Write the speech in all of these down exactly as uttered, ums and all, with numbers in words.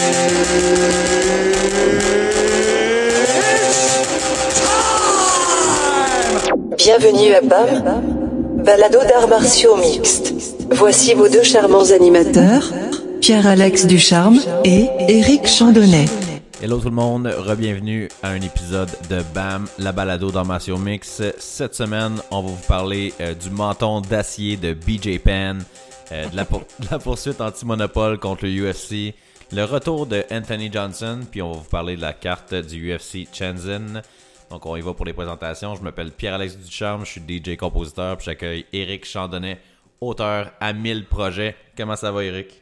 Bienvenue à B A M, balado d'arts martiaux mixtes. Voici vos deux charmants animateurs, Pierre-Alex Ducharme et Éric Chandonnet. Hello tout le monde, re-bienvenue à un épisode de B A M, la balado d'arts martiaux mix. Cette semaine, on va vous parler euh, du menton d'acier de B J Penn, euh, de, la pour- de la poursuite anti-monopole contre le U F C, le retour de Anthony Johnson, puis on va vous parler de la carte du U F C Shenzhen. Donc on y va pour les présentations. Je m'appelle Pierre-Alex Ducharme, je suis D J-compositeur, puis j'accueille Éric Chandonnet, auteur à mille projets. Comment ça va, Éric?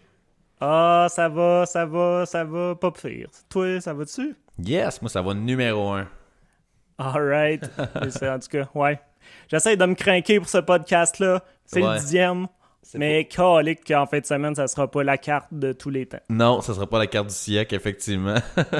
Ah, ça va, ça va, ça va, pas pire. Toi, ça va-tu? Yes, moi ça va numéro un. Alright. C'est, en tout cas, ouais. J'essaie de me craquer pour ce podcast-là. C'est Ouais. le dixième. C'est mais calique qu'en fin de semaine, ça sera pas la carte de tous les temps. Non, ça sera pas la carte du siècle, effectivement.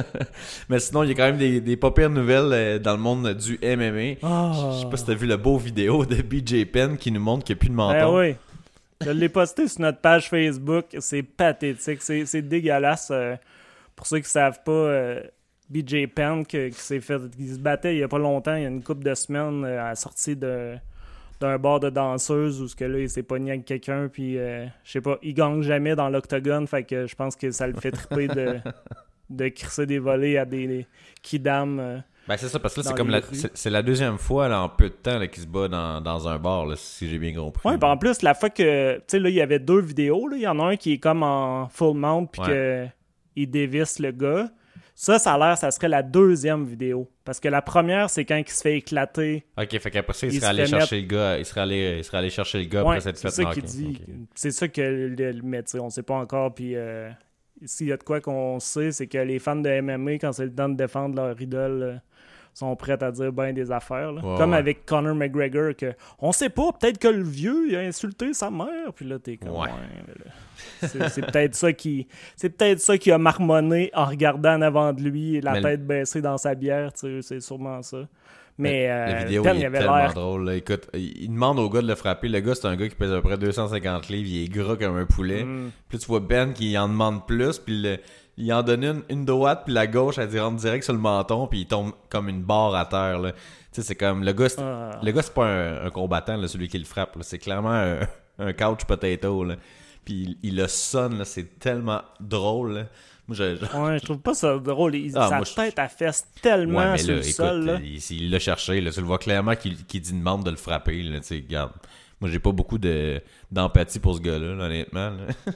Mais sinon, il y a quand même des, des pas pires nouvelles euh, dans le monde du M M A. Oh. Je sais pas si t'as vu le beau vidéo de B J Penn qui nous montre qu'il n'y a plus de menton. Ben oui. Je l'ai posté sur notre page Facebook. C'est pathétique. C'est, c'est dégueulasse. Euh, pour ceux qui savent pas, euh, B J Penn, que- qui s'est fait, qui se battait il y a pas longtemps, il y a une couple de semaines, euh, à la sortie de, d'un bar de danseuse où ce que là, il s'est pogné avec quelqu'un, puis euh, je sais pas, il gagne jamais dans l'octogone, fait que je pense que ça le fait triper de, de crisser des volets à des, des kidam. Euh, Ben c'est ça, parce que là, c'est Dans comme les la, rues. c'est, c'est la deuxième fois là, en peu de temps là, qu'il se bat dans, dans un bar, là, si j'ai bien compris. Ouais, puis en plus, la fois que, tu sais, là, il y avait deux vidéos, là, il y en a un qui est comme en full mount, puis Ouais. que il dévisse le gars. Ça, ça a l'air, ça serait la deuxième vidéo. Parce que la première, c'est quand il se fait éclater. Ok, fait qu'après ça, il, Il serait se allé fait chercher le gars, il serait allé, il serait allé chercher le gars Ouais, après cette c'est fête ça knocké. qu'il dit. Ok. C'est ça que le, le mais tu sais, on sait pas encore. Puis euh, s'il y a de quoi qu'on sait, c'est que les fans de M M A, quand c'est le temps de défendre leur idole, euh, sont prêts à dire ben des affaires. Là. Ouais, Comme ouais. avec Conor McGregor, que on sait pas, peut-être que le vieux il a insulté sa mère. Puis là, t'es comme Ouais. ouais, mais là, c'est, c'est peut-être ça qui, c'est peut-être ça qui a marmonné en regardant en avant de lui, la Mais le- tête baissée dans sa bière. Tu sais, c'est sûrement ça. Mais la euh, vidéo Penn, il il est avait tellement l'air. drôle. Là. Écoute, il il demande au gars de le frapper. Le gars, c'est un gars qui pèse à peu près deux cent cinquante livres. Il est gras comme un poulet. Mm. Puis tu vois Ben qui en demande plus. Puis le- il en donne une, une droite. Puis la gauche, elle rentre direct sur le menton. Puis il tombe comme une barre à terre. Là. Tu sais, c'est comme... Le gars, c'est, Ah. le gars, c'est pas un, un combattant, là, celui qui le frappe. Là. C'est clairement un, un couch potato. Là. Puis il, il le sonne. Là. C'est tellement drôle. Là. Moi, je... je- Ouais, je trouve pas ça drôle. Il- Ah, sa moi, je- tête à fesse tellement Ouais, mais sur là, le écoute, sol. Là. il, il l'a cherché, là, tu le vois clairement qu'il, qu'il dit demande de le frapper, là, tu sais, regarde. Moi, j'ai pas beaucoup de, d'empathie pour ce gars-là, là, honnêtement. Là.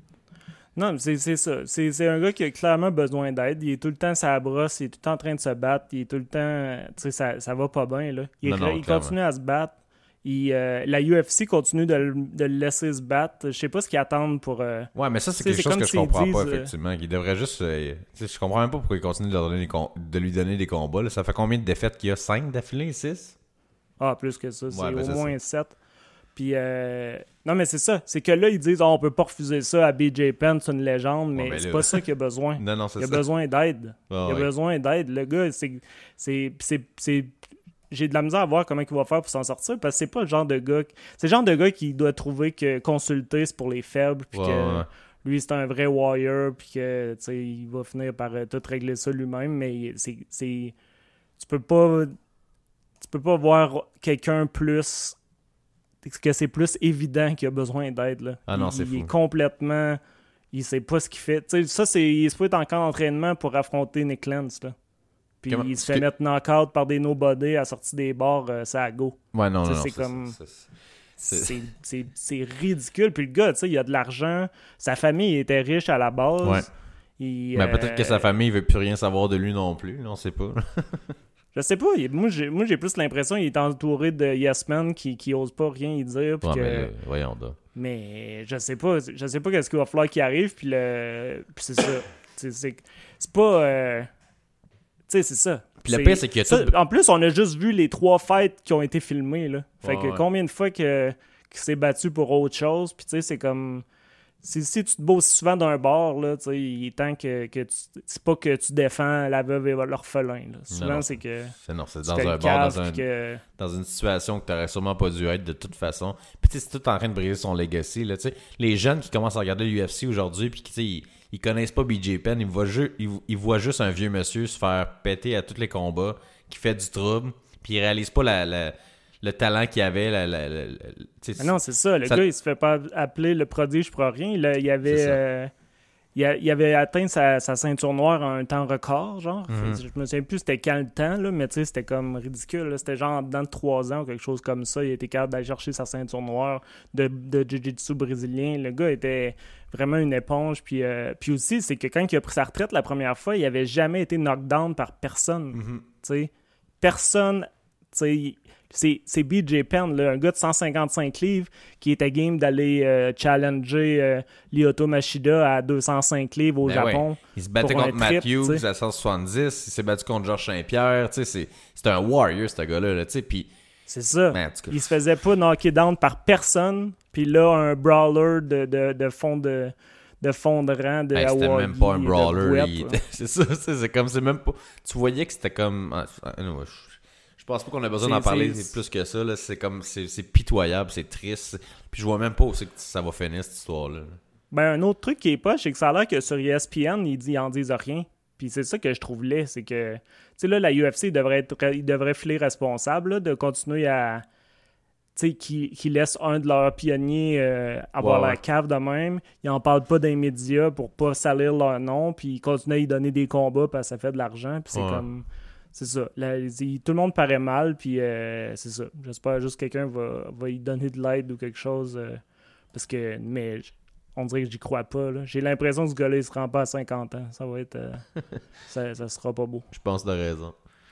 Non, mais c'est, c'est ça. C'est, c'est un gars qui a clairement besoin d'aide. Il est tout le temps sur la brosse, il est tout le temps en train de se battre, il est tout le temps... Tu sais, ça, ça va pas bien, là. Il, Non, est- non, il clairement. continue à se battre. Il, euh, la U F C continue de, le- de le laisser se battre. Je sais pas ce qu'ils attendent pour... euh, Ouais, mais ça, c'est Tu sais, quelque c'est chose comme que je s'ils comprends pas, disent, euh, effectivement. Il devrait juste... euh, tu sais, je comprends même pas pourquoi il continue de, leur donner des com- de lui donner des combats. Là. Ça fait combien de défaites qu'il y a? cinq d'affilée? six? Ah, plus que ça. C'est Ouais, ben, au c'est moins sept. Puis, euh... non, mais c'est ça. C'est que là, ils disent, oh, on peut pas refuser ça à B J Penn, c'est une légende, mais ben c'est là- pas ça qu'il a besoin. Non, non, c'est Il a ça. besoin d'aide. Ah, il a ouais. besoin d'aide. Le gars, c'est, c'est, c'est, c'est- j'ai de la misère à voir comment il va faire pour s'en sortir parce que c'est pas le genre de gars. qui- C'est le genre de gars qui doit trouver que consulter, c'est pour les faibles. Puis Ouais, que ouais. lui, c'est un vrai warrior. Puis que, tu sais, il va finir par euh, tout régler ça lui-même. Mais c'est. c'est tu peux pas. Tu peux pas voir quelqu'un plus. Que c'est plus évident qu'il a besoin d'aide. Là. Ah non, il, c'est il fou. est complètement. Il sait pas ce qu'il fait. Tu sais, ça, c'est, il se peut être en camp d'entraînement pour affronter Nick Lentz. Là. Puis Comment- il se ce fait que- mettre knock-out par des nobody à la sortie des bars, euh, ça à go. Ouais, non, Ça, non, non. c'est ça, comme- ça, ça, C'est- C'est, c'est, c'est ridicule. Puis le gars, tu sais, il a de l'argent. Sa famille était riche à la base. Ouais. Il, Mais euh, peut-être que sa famille veut plus rien savoir de lui non plus, là, on sait pas. Je sais pas. il- moi, j'ai, moi, j'ai plus l'impression qu'il est entouré de yes men qui, qui osent pas rien y dire. Puis Ouais, que- mais là, voyons donc. Mais je sais pas. Je sais pas qu'est-ce qu'il va falloir qu'il arrive. Puis, le... puis c'est ça. c'est, c'est, c'est pas. euh, Tu sais, c'est ça. Puis le pire, c'est qu'il y a ça, tout- En plus, on a juste vu les trois fights qui ont été filmées. Là. Fait Ouais, que ouais. combien de fois que, qu'il s'est battu pour autre chose. Puis tu sais, c'est comme. Si, si tu te bats aussi souvent d'un bord, là, il est temps que, que tu... C'est pas que tu défends la veuve et l'orphelin. Là. Souvent, non, non, c'est que... C'est, non, c'est dans un bar, dans, un, que... dans une situation que t'aurais sûrement pas dû être de toute façon. Puis tu sais, c'est tout en train de briser son legacy. Là, les jeunes qui commencent à regarder l'U F C aujourd'hui, puis qui, ils, ils connaissent pas B J Penn, ils voient, ju- ils, ils voient juste un vieux monsieur se faire péter à tous les combats, qui fait du trouble, puis ils réalisent pas la... la le talent qu'il avait. La, la, la, la, ah non, c'est ça. Le ça... gars, il se fait pas appeler le prodige pour rien. Il, il, avait, euh, il, a, il avait atteint sa, sa ceinture noire en un temps record, genre. Mm-hmm. Je me souviens plus c'était quand le temps, là, mais tu sais, c'était comme ridicule. Là. C'était genre dans trois ans ou quelque chose comme ça. Il était capable d'aller chercher sa ceinture noire de, de jiu-jitsu brésilien. Le gars était vraiment une éponge. Puis, euh, puis aussi, c'est que quand il a pris sa retraite la première fois, il avait jamais été knockdown par personne. Mm-hmm. Tu sais, personne... Tu sais... C'est, c'est B J Penn, là, un gars de cent cinquante-cinq livres qui était game d'aller euh, challenger euh, Lyoto Machida à deux cent cinq livres au ben Japon. Ouais. Il se battait contre Matt trip, Hughes t'sais. à cent soixante-dix. Il s'est battu contre Georges Saint-Pierre. C'est, c'est un warrior, ce gars-là. Là, puis, c'est ça. Man, il se faisait pas knocker down par personne. Puis là, un brawler de, de, de fond de... de fond de rang de hey, c'était Hawaii, même pas un brawler. Bouette, il... c'est ça. C'est, c'est comme... C'est même pas... Tu voyais que c'était comme... Anyway, je pense pas qu'on a besoin c'est, d'en parler c'est... plus que ça. Là. C'est comme c'est, c'est pitoyable, c'est triste. Puis je vois même pas où c'est que ça va finir cette histoire-là. Ben un autre truc qui est pas, c'est que ça a l'air que sur E S P N, ils, ils en disent rien. Puis c'est ça que je trouve laid, c'est que tu sais là, la U F C devrait être, ils devraient filer responsable là, de continuer à tu sais qui qui laissent un de leurs pionniers euh, avoir ouais, la ouais. cave de même. Ils en parlent pas dans les médias pour pas salir leur nom, puis ils continuent à y donner des combats parce que ça fait de l'argent. Puis c'est ouais. comme c'est ça. Là, tout le monde paraît mal, puis euh, c'est ça. J'espère juste que quelqu'un va, va y donner de l'aide ou quelque chose. Euh, parce que, mais on dirait que j'y crois pas. Là. J'ai l'impression que ce gars-là, il se rend pas à cinquante ans. Ça va être. Euh, ça, ça sera pas beau. Je pense que t'as raison.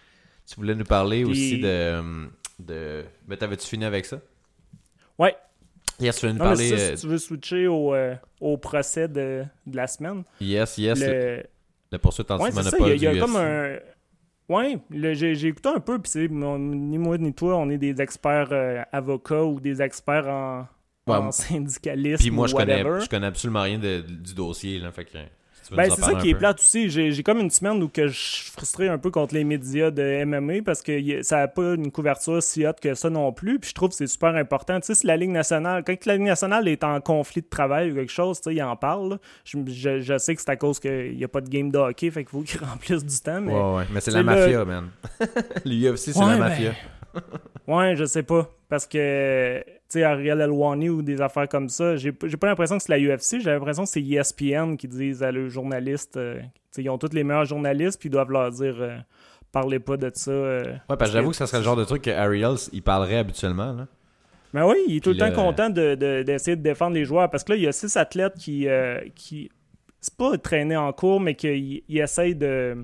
Tu voulais nous parler puis... aussi de. de... Ben, t'avais-tu fini avec ça? Ouais. Yes, tu voulais nous non, parler. Ça, euh... si tu veux switcher au, euh, au procès de, de la semaine. Yes, yes. Le, le... la poursuite anti-monopole. Ouais, il y a, il y a du comme U F C. un. Ouais, le, j'ai, j'ai écouté un peu, puis c'est, ni moi ni toi, on est des experts euh, avocats ou des experts en, ouais, en syndicalisme. Puis moi, ou je whatever. connais, je connais absolument rien de, du dossier, là, fait que. Si ben, c'est ça qui est plate aussi. J'ai, j'ai comme une semaine où que je suis frustré un peu contre les médias de M M A parce que y, ça n'a pas une couverture si haute que ça non plus. Puis je trouve que c'est super important. Tu sais, si la Ligue nationale, quand la Ligue nationale est en conflit de travail ou quelque chose, tu sais, ils en parlent. Je, je, je sais que c'est à cause qu'il n'y a pas de game de hockey, fait qu'il faut qu'ils remplissent du temps. Mais, ouais, ouais. Mais c'est la mafia, le... man. L'U F C, c'est ouais, la mafia. Ben... ouais, je sais pas. Parce que, tu sais, Ariel Helwani ou des affaires comme ça, j'ai, j'ai pas l'impression que c'est la U F C, j'ai l'impression que c'est E S P N qui disent à leurs journalistes, euh, tu sais, ils ont tous les meilleurs journalistes, puis ils doivent leur dire, euh, parlez pas de ça. Euh, ouais, parce que j'avoue que ça serait le genre de truc que Ariel, il parlerait habituellement, là. Ben oui, il est tout puis le temps content de, de, d'essayer de défendre les joueurs, parce que là, il y a six athlètes qui, euh, qui c'est pas traîner en cours, mais qui essayent de,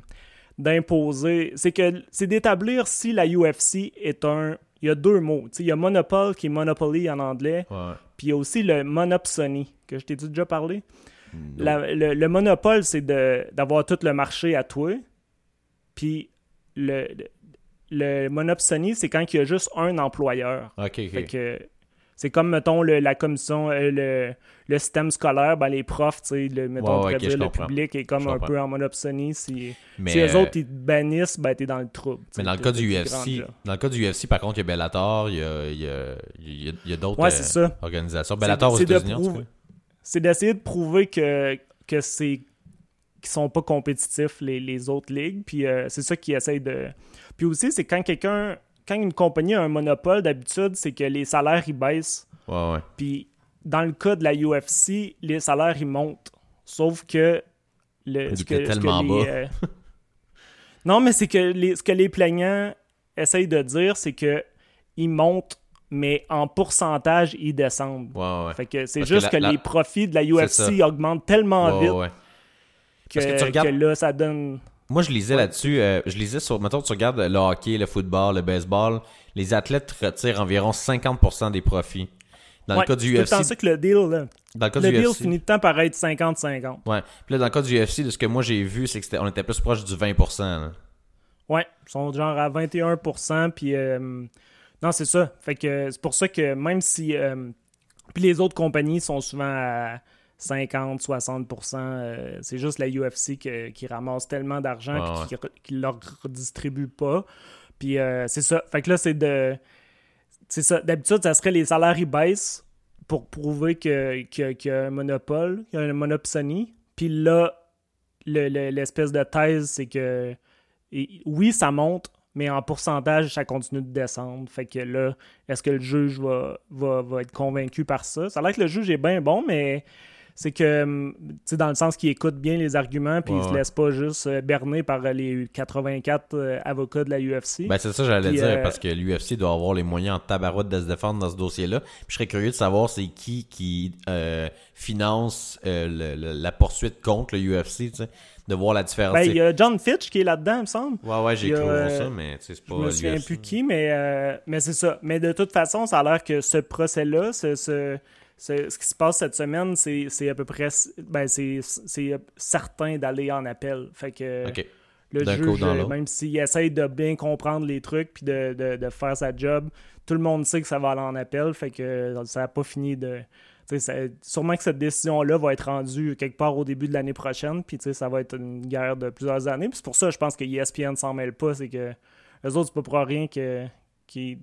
d'imposer, c'est que c'est d'établir si la U F C est un... Il y a deux mots. T'sais, il y a monopole qui est monopoly en anglais. Ouais. Puis il y a aussi le monopsony, que je t'ai déjà parlé. La, le, le monopole, c'est de, d'avoir tout le marché à toi. Puis le, le, le monopsony, c'est quand il y a juste un employeur. OK, OK. Fait que c'est comme, mettons, le, la commission, euh, le, le système scolaire, ben, les profs, tu sais, le, mettons, ouais, ouais, okay, dire, le public est comme un peu en monopsonie. Si, mais, si eux autres, ils te bannissent, ben, t'es dans le trouble. Mais dans le cas du U F C, dans le cas du U F C, par contre, il y a Bellator, il y a, il y a, il y a, il y a d'autres ouais, c'est euh, ça. organisations. Bellator c'est, aux États-Unis, prouver, en tout cas. C'est d'essayer de prouver que, que c'est qu'ils sont pas compétitifs, les, les autres ligues, puis euh, c'est ça qu'ils essayent de... Puis aussi, c'est quand quelqu'un... Quand une compagnie a un monopole, d'habitude, c'est que les salaires, ils baissent. Ouais, ouais. Puis, dans le cas de la U F C, les salaires, ils montent. Sauf que... Le, ce que, tellement ce que bas. Les, euh... non, mais c'est que les, ce que les plaignants essayent de dire, c'est que ils montent, mais en pourcentage, ils descendent. Ouais, ouais. Fait que c'est Parce juste que, que la, les la... profits de la U F C augmentent tellement ouais, vite ouais. Que, que, tu regardes... que là, ça donne... Moi, je lisais ouais. là-dessus, euh, je lisais sur, mettons, tu regardes le hockey, le football, le baseball, les athlètes retirent environ cinquante pour cent des profits. Dans ouais, le cas du c'est U F C... C'est tout le temps ça que le deal, là. Dans le cas le du deal U F C, finit de temps par être cinquante cinquante. Ouais. Puis là, dans le cas du U F C, de ce que moi j'ai vu, c'est que c'était, on était plus proche du vingt pour cent. Là. Ouais, ils sont genre à vingt et un pour cent, puis... Euh... Non, c'est ça. Fait que c'est pour ça que même si... Euh... Puis les autres compagnies sont souvent à... cinquante à soixante pour cent. Euh, c'est juste la U F C que, qui ramasse tellement d'argent Ah, et qui ne leur redistribue pas. Puis euh, c'est ça. Fait que là, c'est de... C'est ça. D'habitude, ça serait les salaires ils baissent pour prouver que, que, qu'il y a un monopole, qu'il y a un monopsonie. Puis là, le, le, l'espèce de thèse, c'est que et, oui, ça monte, mais en pourcentage, ça continue de descendre. Fait que là, est-ce que le juge va, va, va être convaincu par ça? Ça a l'air que le juge est bien bon, mais c'est que, tu sais, dans le sens qu'il écoute bien les arguments, puis ouais, il se ouais. laisse pas juste euh, berner par les quatre-vingt-quatre euh, avocats de la U F C. Ben, c'est ça, j'allais Puis, dire, euh, parce que l'U F C doit avoir les moyens en tabarouette de se défendre dans ce dossier-là. Puis je serais curieux de savoir c'est qui qui euh, finance euh, le, le, la poursuite contre le U F C, tu sais, de voir la différence. Ben, il y a John Fitch qui est là-dedans, il me semble. Ouais, ouais, j'ai il y a, cru voir euh, ça, mais tu sais, c'est pas Je me souviens l'U F C. plus qui, mais, euh, mais c'est ça. Mais de toute façon, ça a l'air que ce procès-là, ce, ce, ce, ce qui se passe cette semaine, c'est, c'est à peu près... Ben, c'est, c'est certain d'aller en appel. Fait que OK. le D'un juge, coup dans l'autre. même s'il essaye de bien comprendre les trucs puis de, de, de faire sa job, tout le monde sait que ça va aller en appel. Fait que ça n'a pas fini de... Ça, sûrement que cette décision-là va être rendue quelque part au début de l'année prochaine, puis ça va être une guerre de plusieurs années. Puis c'est pour ça, je pense que E S P N s'en mêle pas, c'est que eux autres, c'est pas pour rien que... Qui...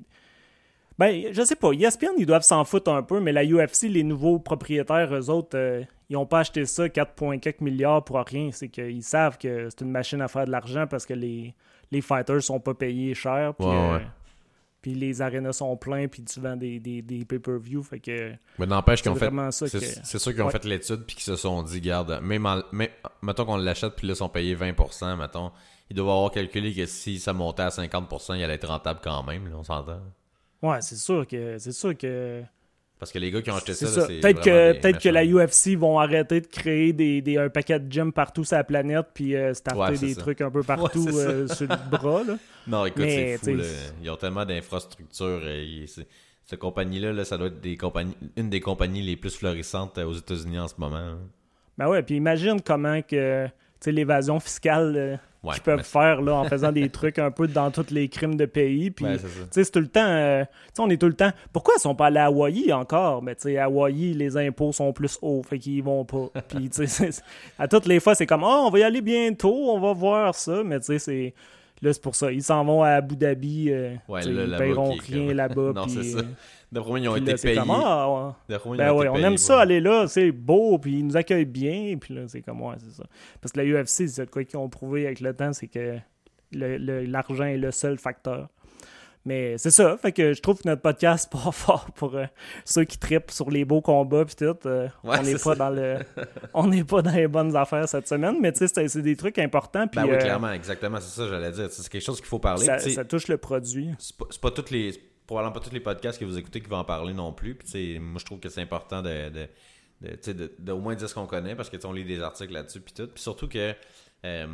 Ben, je sais pas, E S P N, ils doivent s'en foutre un peu, mais la U F C, les nouveaux propriétaires, eux autres, euh, ils ont pas acheté ça quatre virgule quatre milliards pour rien. C'est qu'ils savent que c'est une machine à faire de l'argent parce que les, les fighters sont pas payés cher, puis... Ouais, euh, ouais. Puis les arénas sont pleins, puis tu vends des, des, des pay-per-view. Fait que Mais n'empêche qu'ils ont c'est fait. vraiment ça C'est, que- c'est sûr qu'ils ont Ouais. fait l'étude puis qu'ils se sont dit, garde, même, en- même mettons qu'on l'achète puis là, ils sont payés vingt pour cent, mettons. Ils doivent avoir calculé que si ça montait à cinquante pour cent, il allait être rentable quand même, là, on s'entend. ouais, c'est sûr que c'est sûr que Parce que les gars qui ont acheté c'est ça, là, ça. c'est Peut-être que vraiment des peut-être que la méchants. U F C vont arrêter de créer des, des un paquet de gyms partout sur la planète, puis euh, starter Ouais, c'est des ça. trucs un peu partout Ouais, c'est ça. euh, sur le bras là. Non, écoute, Mais, c'est fou, t'sais, là. Ils ont tellement d'infrastructures. euh, ils- c'est- Cette compagnie-là, là, ça doit être des compagnies, une des compagnies les plus florissantes euh, aux États-Unis en ce moment. hein. Ben ouais, puis imagine comment que tu sais l'évasion fiscale euh, Ouais, qu'ils peuvent mais- faire là en faisant des trucs un peu dans tous les crimes de pays, puis Ouais, c'est ça. tu sais, c'est tout le temps. euh, tu sais, on est tout le temps. Pourquoi ils sont pas allés à Hawaï encore? Mais tu sais, à Hawaï, les impôts sont plus hauts, fait qu'ils y vont pas. Puis tu sais, c'est- à toutes les fois, c'est comme, oh, on va y aller bientôt, on va voir ça. Mais tu sais, c'est. Là, c'est pour ça. Ils s'en vont à Abu Dhabi. euh, Ouais, tu sais, là, ils là-bas, paieront qui est rien comme- là-bas. Non, puis, c'est ça. euh, D'après moi, ils ont puis été là, c'est payés. comme, ah, ouais. D'après moi, ils Ben ont ouais, été on payés aime pour- ça, aller là, c'est beau, puis ils nous accueillent bien, puis là, c'est comme, ouais, c'est ça. Parce que la U F C, c'est de quoi qu'ils ont prouvé avec le temps, c'est que le- le- l'argent est le seul facteur. Mais c'est ça, fait que je trouve que notre podcast part fort pour euh, ceux qui trippent sur les beaux combats pis tout. euh, Ouais, on c'est n'est pas ça. dans le, on n'est pas dans les bonnes affaires cette semaine, mais tu sais, c'est, c'est des trucs importants. Puis Ben oui, euh, clairement, exactement. C'est ça, j'allais dire. C'est quelque chose qu'il faut parler. ça, Puis, tu sais, ça touche le produit. c'est pas, c'est pas toutes les. c'est probablement pas tous les podcasts que vous écoutez qui vont en parler non plus. Puis, tu sais, moi, je trouve que c'est important de. de de, tu sais, de, de au moins dire ce qu'on connaît parce que tu sais, on lit des articles là-dessus puis tout. Puis surtout que euh,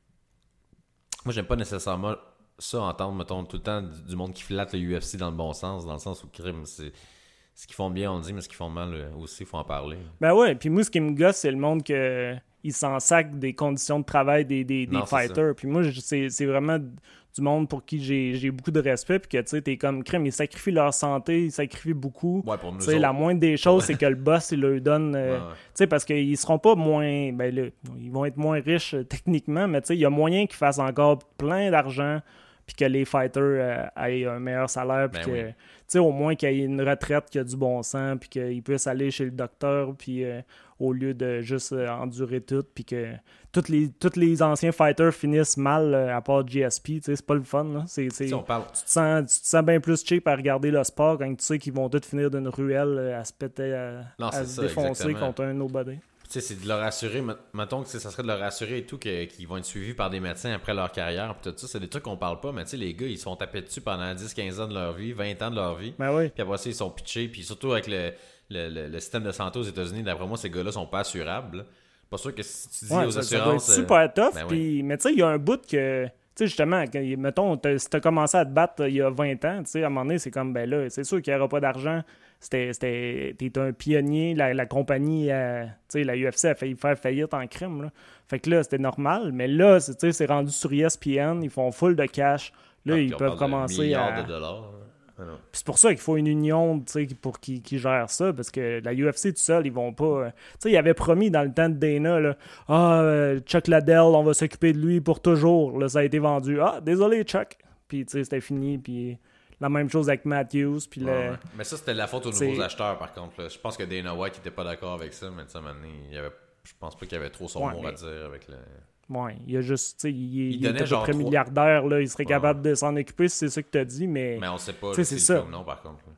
moi j'aime pas nécessairement ça entendre mettons tout le temps du, du monde qui flatte le U F C dans le bon sens, dans le sens où crime c'est ce qu'ils font bien on le dit mais ce qu'ils font mal euh, aussi il faut en parler. Ben ouais, puis moi, ce qui me gosse, c'est le monde que ils s'en sacent des conditions de travail des, des, des Non, c'est fighters. Puis moi, je- c'est, c'est vraiment du monde pour qui j'ai, j'ai beaucoup de respect, puis que, tu sais, t'es comme crème, ils sacrifient leur santé, ils sacrifient beaucoup. Ouais, pour nous Tu sais, la autres. moindre des choses, c'est que le boss, il leur donne... euh, Ouais, ouais. Tu sais, parce qu'ils seront pas moins... Ben là, ils vont être moins riches euh, techniquement, mais tu sais, il y a moyen qu'ils fassent encore plein d'argent, puis que les fighters euh, aient un meilleur salaire, puis Ben que... oui. Tu sais, au moins qu'il y ait une retraite qui a du bon sens, puis qu'ils puissent aller chez le docteur, puis euh, au lieu de juste euh, endurer tout, puis que tous les, tous les anciens fighters finissent mal, euh, à part G S P, tu sais, c'est pas le fun, là. C'est, c'est, Si on parle tu, te sens, tu te sens bien plus cheap à regarder le sport quand tu sais qu'ils vont tous finir d'une ruelle euh, à se péter, à, Non, à c'est se ça, défoncer exactement. contre un nobody. tu sais, c'est de leur assurer, met- mettons que c'est- ça serait de leur assurer et tout, que- qu'ils vont être suivis par des médecins après leur carrière, pis tout ça, c'est des trucs qu'on parle pas, mais tu sais, les gars, ils se font taper dessus pendant dix quinze ans de leur vie, vingt ans de leur vie, Ben oui. puis après ça, ils sont pitchés, puis surtout avec le, le, le, le système de santé aux États-Unis, d'après moi, ces gars-là sont pas assurables. là. Pas sûr que si tu dis Ouais, aux ça, ça doit être assurances... euh, super tough. ben puis- Mais tu sais, il y a un bout que. Tu sais, justement, quand, mettons, t'as- si t'as commencé à te battre euh, il y a vingt ans, tu sais, à un moment donné, c'est comme, ben là, c'est sûr qu'il n'y aura pas d'argent. C'était, c'était, t'es un pionnier, la, la compagnie, euh, tu sais, la U F C a failli faire faillite en crime, là. Fait que là, c'était normal. Mais là, c'est, c'est rendu sur E S P N, ils font full de cash. Là, ah, ils puis on peuvent parle de commencer milliards à. de dollars. là. Ah non. Puis c'est pour ça qu'il faut une union, tu sais, pour qui, qui gère ça, parce que la U F C tout seul, ils vont pas... euh, Tu sais, il avait promis dans le temps de Dana, là, « Ah, euh, Chuck Liddell, on va s'occuper de lui pour toujours. » Là, ça a été vendu. « Ah, désolé, Chuck. » Puis, tu sais, c'était fini, puis... La même chose avec Matthews, puis Ouais, le... ouais. Mais ça, c'était la faute aux C'est- nouveaux acheteurs, par contre. Là. Je pense que Dana White était pas d'accord avec ça, mais tu sais, à un moment donné, il y avait... je pense pas qu'il y avait trop son Ouais, mot mais- à dire avec le... Ouais, il y a juste, tu sais, il, est- il donnait est à peu genre près trois- milliardaire, là, il serait Ouais. capable de s'en occuper si c'est ça que t'as dit, mais... Mais on sait pas Tu sais, là, si c'est le ça. fait ou non, par contre. là.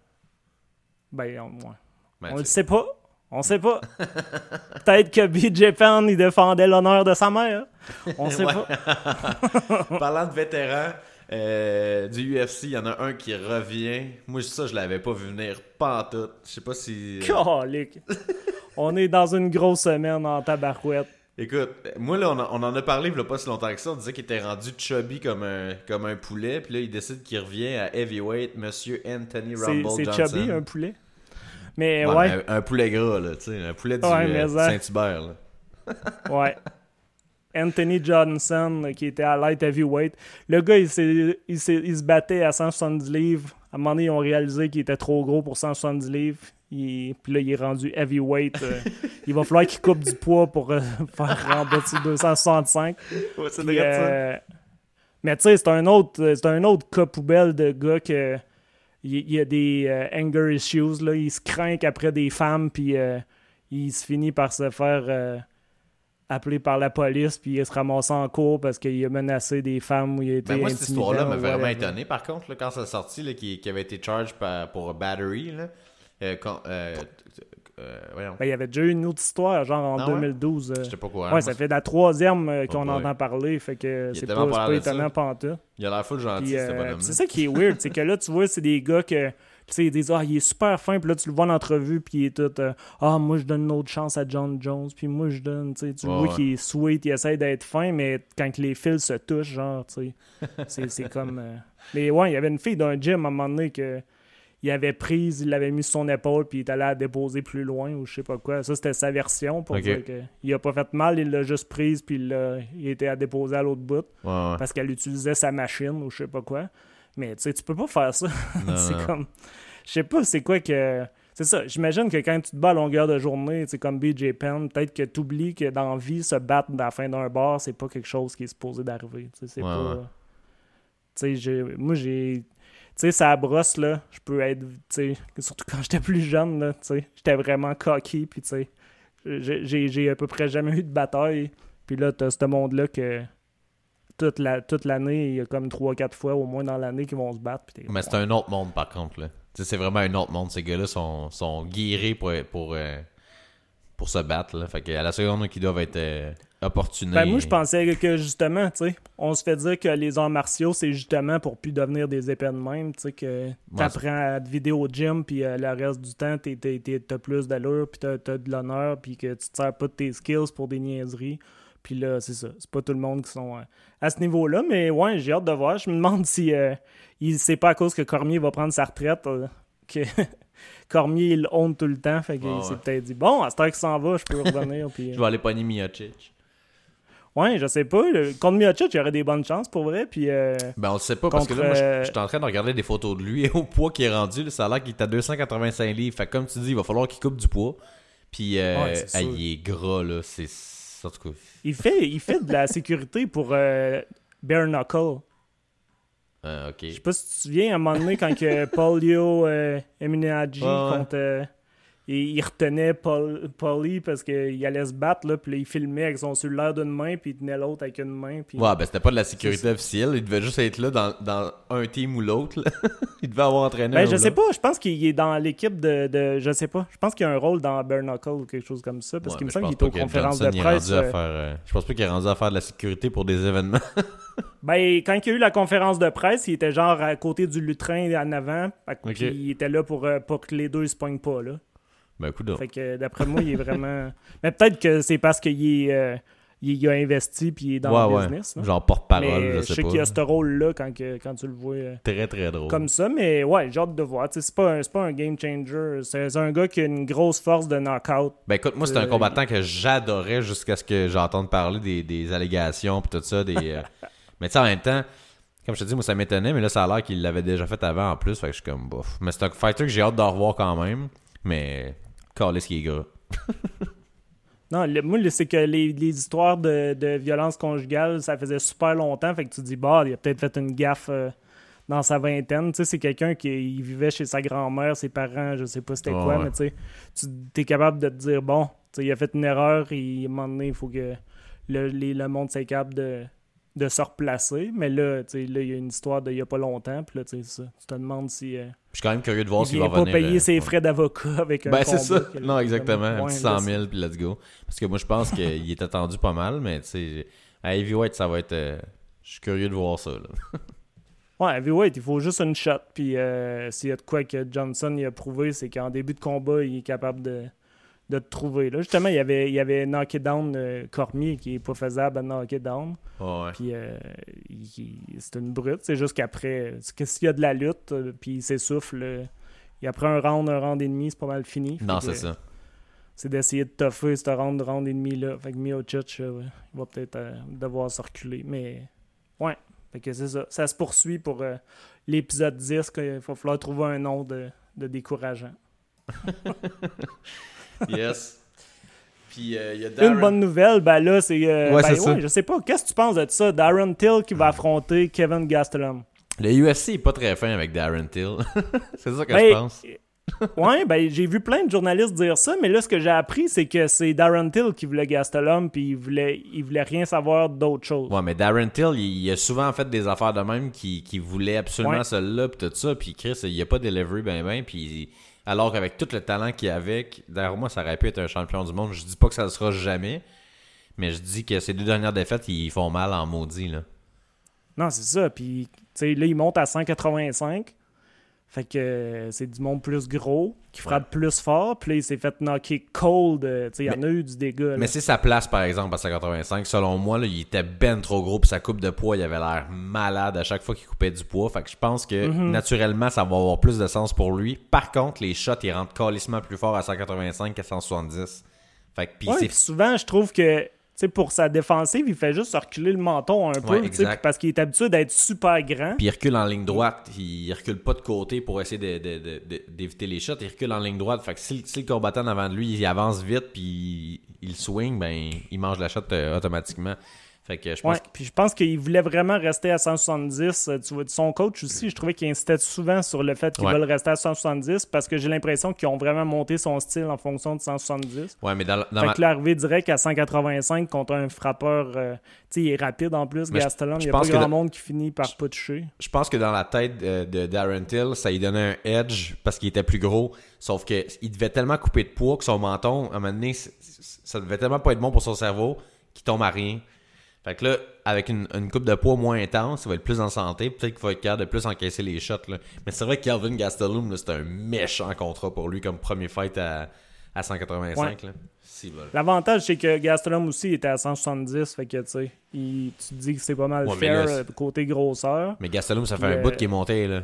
Ben, on, ouais. Ben, on tu le sais. sait pas. On sait pas. Peut-être que B J Penn, il défendait l'honneur de sa mère. On sait Ouais. pas. Parlant de vétérans euh, du U F C, il y en a un qui revient. Moi, ça, je l'avais pas vu venir pantoute. Je sais pas si... Calique. On est dans une grosse semaine en tabarouette. Écoute, moi, là, on, a- on en a parlé il y a pas si longtemps que ça. On disait qu'il était rendu chubby comme un, comme un poulet. Puis là, il décide qu'il revient à heavyweight, Monsieur Anthony C'est, Rumble c'est Johnson. chubby, un poulet. Mais Ouais, ouais, mais Un, un poulet gras, là, tu sais. Un poulet du Ouais, euh, mais ça. Saint-Hubert, là. ouais. Anthony Johnson, euh, qui était à light heavyweight. Le gars, il, s'est, il, s'est- il se battait à cent soixante-dix livres. À un moment donné, ils ont réalisé qu'il était trop gros pour cent soixante-dix livres. Il- Puis là, il est rendu heavyweight. euh, il va falloir qu'il coupe du poids pour euh, faire en bas de deux cent soixante-cinq. Ouais, c'est Puis, vrai, ça. euh, mais tu sais, c'est un autre c'est un autre cas poubelle de gars que il il y a des euh, anger issues là, il se craint après des femmes puis euh, il se finit par se faire euh, appeler par la police puis il se ramasse en cours parce qu'il a menacé des femmes ou il a été Ben moi, cette intimidant histoire-là m'a ou vraiment whatever. étonné, par contre, là, quand ça a sorti, là, qui, qui avait été charged par- pour battery. Là, euh, quand, euh, euh, voyons, Ben, il y avait déjà eu une autre histoire genre en Ah ouais? deux mille douze euh, j'étais pas au courant. ouais, Moi, ça fait la troisième euh, qu'on Oh boy. entend parler fait que Il c'est a pas, tellement c'est pas pas l'air de ça. étonnant pantoute. Il a l'air full gentil, Puis, ce euh, bonhomme-là. c'est ça qui est weird, c'est que là, tu vois, c'est des gars que, tu sais, ils disent, ah, il est super fin, puis là, tu le vois en entrevue, puis il est tout, euh, ah, moi, je donne une autre chance à John Jones, puis moi, je donne, tu sais, tu le Ouais, vois ouais. qu'il est sweet, il essaie d'être fin, mais quand les fils se touchent, genre, tu sais, c'est, c'est comme... euh, Mais ouais, il y avait une fille d'un gym, à un moment donné, que il avait prise, il l'avait mis sur son épaule, puis il est allé la déposer plus loin, ou je sais pas quoi. Ça, c'était sa version, pour Ok. dire que il a pas fait mal, il l'a juste prise, puis il, l'a- il était à déposer à l'autre bout Ouais, ouais. parce qu'elle utilisait sa machine ou je sais pas quoi. Mais tu sais, tu peux pas faire ça. Non, c'est non. comme... Je sais pas c'est quoi que... C'est ça, j'imagine que quand tu te bats à longueur de journée, c'est comme B J Penn, peut-être que tu oublies que dans la vie, se battre à la fin d'un bar, c'est pas quelque chose qui est supposé d'arriver. Tu sais, c'est Ouais, pas... ouais. Tu sais, j'ai... moi j'ai... Tu sais, ça brosse, là, je peux être... Tu sais, surtout quand j'étais plus jeune, là, tu sais, j'étais vraiment cocky, puis tu sais, j'ai, j'ai, j'ai à peu près jamais eu de bataille. Puis là, t'as ce monde-là que... Toute, la, toute l'année, il y a comme trois quatre fois au moins dans l'année qu'ils vont se battre. Puis t'es comme, Mais c'est un autre monde, par contre. Là. Tu sais, c'est vraiment un autre monde. Ces gars-là sont, sont guéris pour, pour, euh, pour se battre. Là. Fait qu'à la seconde qu'ils doivent être euh, opportunés. Ben moi, je pensais que justement, tu sais, on se fait dire que les arts martiaux, c'est justement pour plus devenir des épées de même, tu sais, que t'apprends à te vider au gym, puis euh, le reste du temps, t'es, t'es, t'es- t'as plus d'allure, puis t'as, t'as de l'honneur, puis que tu te sers pas de tes skills pour des niaiseries. Puis là, c'est ça. C'est pas tout le monde qui sont euh, à ce niveau-là, mais ouais, j'ai hâte de voir. Je me demande si euh, il, c'est pas à cause que Cormier va prendre sa retraite euh, que Cormier, il honte tout le temps, fait qu'il Ouais, s'est ouais. peut-être dit, bon, à cette heure qu'il s'en va, je peux revenir, puis... euh, Je vais aller pogner Miocic. Ouais, je sais pas. Le... Contre Miocic, il y aurait des bonnes chances pour vrai. Puis, euh... Ben on le sait pas parce que là, moi, Contre, euh, je je suis en train de regarder des photos de lui et au poids qu'il est rendu, là, ça a l'air qu'il est à deux cent quatre-vingt-cinq livres. Fait que comme tu dis, il va falloir qu'il coupe du poids. Puis euh, Ouais, c'est hey, sûr. il est gras, là. C'est. En tout cas. il, fait, il fait de la sécurité pour euh, Bare Knuckle. euh, ok. Je sais pas si tu te souviens, à un moment donné, quand que Paulio euh, Eminaji Ouais, ouais. contre. euh, il, il retenait Paul, Paulie parce qu'il allait se battre, là, puis là, il filmait avec son cellulaire d'une main, puis il tenait l'autre avec une main. Puis... Ouais, ben c'était pas de la sécurité C'est ça. officielle. Il devait juste être là dans, dans un team ou l'autre. là. Il devait avoir entraîné. Ben, un je ou sais l'autre. pas, je pense qu'il est dans l'équipe de, de. Je sais pas. Je pense qu'il y a un rôle dans Bare Knuckle ou quelque chose comme ça. Parce Ouais, qu'il me mais semble je qu'il pense est aux pas que conférences Johnson, de il est presse. rendu à euh, faire, euh, je pense pas qu'il est rendu à faire de la sécurité pour des événements. Ben, quand il y a eu la conférence de presse, il était genre à côté du lutrin en avant. Fait que- Ok. Puis il était là pour, euh, pour que les deux se pognent pas, là. Ben écoute donc. Fait que d'après moi, il est vraiment. Mais peut-être que c'est parce qu'il est, euh, il, il a investi puis il est dans Ouais, le ouais. business. là. Genre porte-parole, Mais je je sais sais pas. qu'il y a ce rôle-là quand, que- quand tu le vois euh, Très très drôle. comme ça. Mais ouais, j'ai hâte de voir. Tu sais, C'est pas, un- c'est pas un game changer. C'est c'est un gars qui a une grosse force de knockout. Ben écoute, moi c'est un Euh, combattant que j'adorais jusqu'à ce que j'entende parler des, des allégations pis tout ça. Des, euh, Mais tu sais, en même temps, Comme je te dis, moi, ça m'étonnait, mais là, ça a l'air qu'il l'avait déjà fait avant en plus. Fait que je suis comme bof. Mais c'est un fighter que j'ai hâte de revoir quand même. Mais, calisse qui est gras. Non, le, moi, c'est que les, les histoires de, de violence conjugale, ça faisait super longtemps. Fait que tu te dis, bah, il a peut-être fait une gaffe euh, dans sa vingtaine. Tu sais, c'est quelqu'un qui il vivait chez sa grand-mère, ses parents, je sais pas c'était oh, quoi, ouais. mais tu sais, tu es capable de te dire, bon, tu sais, il a fait une erreur et à un moment donné, il faut que le, les, le monde soit capable de, de se replacer. Mais là, tu sais, là, il y a une histoire d'il y a pas longtemps. Puis là, tu sais, ça, tu te demandes si. Euh, Je suis quand même curieux de voir il s'il vient va pas revenir. payer euh, ses ouais. frais d'avocat avec un Ben, c'est combat ça. que- Non, exactement. Un Ouais, petit là, cent mille, puis let's go. Parce que moi, je pense qu'il est attendu pas mal, mais tu sais, à Heavyweight, ça va être. euh, Je suis curieux de voir ça, là. Ouais, heavyweight, il faut juste une shot. Puis euh, s'il y a de quoi que Johnson il a prouvé, c'est qu'en début de combat, il est capable de, de te trouver. Là, justement, il avait, il avait knocké down euh, Cormier, qui est pas faisable à knocker down. Oh, ouais. Puis euh, il- il- c'est une brute. C'est juste qu'après, c'est que s'il y a de la lutte, euh, puis il s'essouffle, euh, et après un round, un round et demi, c'est pas mal fini. Fait Non, que, c'est ça. C'est d'essayer de toffer ce round, round et demi-là. Fait que Miocic, euh, il va peut-être euh, devoir se reculer. Mais ouais, fait que c'est ça. Ça se poursuit pour euh, l'épisode dix, qu'il va falloir trouver un nom de, de décourageant. Yes. Puis euh, il y a Darren. Une bonne nouvelle, ben là, c'est... euh, Ouais, ben c'est ça. je sais pas, qu'est-ce que tu penses de ça? Darren Till qui va affronter Kevin Gastelum. Le U F C est pas très fin avec Darren Till. C'est ça que Ben, je pense. Ouais, ben j'ai vu plein de journalistes dire ça, mais là, ce que j'ai appris, c'est que c'est Darren Till qui voulait Gastelum, puis il voulait, il voulait rien savoir d'autre chose. Ouais, mais Darren Till, il, il a souvent fait des affaires de même qui, qui voulait absolument Ouais. celle-là, pis tout ça, puis Chris, il a pas delivery ben ben, puis alors qu'avec tout le talent qu'il a avec, derrière moi, ça aurait pu être un champion du monde. Je dis pas que ça le sera jamais, mais je dis que ces deux dernières défaites, ils font mal en maudit, là. Non, c'est ça, puis tu sais, là, il monte à cent quatre-vingt-cinq, fait que euh, c'est du monde plus gros, qui frappe Ouais. plus fort, puis là, il s'est fait knocker cold, euh, tu sais, il y en a eu du dégât. là. Mais c'est sa place, par exemple, à cent quatre-vingt-cinq. Selon moi, là, il était ben trop gros, puis sa coupe de poids, il avait l'air malade à chaque fois qu'il coupait du poids. Fait que je pense que, Mm-hmm. naturellement, ça va avoir plus de sens pour lui. Par contre, les shots, ils rentrent calissement plus fort à cent quatre-vingt-cinq qu'à cent soixante-dix. Fait que, pis Ouais, c'est... puis souvent, je trouve que, tu sais, pour sa défensive, il fait juste reculer le menton un peu, Ouais, tu sais, exact. parce qu'il est habitué d'être super grand. Puis il recule en ligne droite. Il recule pas de côté pour essayer de, de- de- de- d'éviter les shots. Il recule en ligne droite. Fait que si, si le combattant avant de lui, il avance vite puis il, il swing, ben il mange la shot euh, automatiquement. Fait que je pense Ouais, puis je pense qu'il voulait vraiment rester à cent soixante-dix. Euh, Tu vois, son coach aussi, je trouvais qu'il insistait souvent sur le fait qu'ils Ouais. veulent rester à cent soixante-dix parce que j'ai l'impression qu'ils ont vraiment monté son style en fonction de cent soixante-dix. que... Ouais, mais dans, la- dans Fait ma... que là, arrivé direct à cent quatre-vingt-cinq contre un frappeur, euh, tu sais, il est rapide en plus, Mais je- Gastelum. je Il n'y a pas pense que grand dans- monde qui finit par pas toucher. Je pense que dans la tête de, de Darren Till, ça lui donnait un edge parce qu'il était plus gros. Sauf que il devait tellement couper de poids que son menton, à un moment donné, c- c- ça devait tellement pas être bon pour son cerveau qu'il tombe à rien. Fait que là, avec une, une coupe de poids moins intense, il va être plus en santé. Peut-être qu'il va être capable de plus encaisser les shots. Là. Mais c'est vrai que Kelvin Gastelum, là, c'est un méchant contrat pour lui comme premier fight à, à cent quatre-vingt-cinq. Là. Si, voilà. L'avantage, c'est que Gastelum aussi était à cent soixante-dix. Fait que, tu sais, il- tu te dis que c'est pas mal Ouais, mais fair là, euh, côté grosseur. Mais Gastelum, ça fait Puis, un euh, bout qui est monté. Là.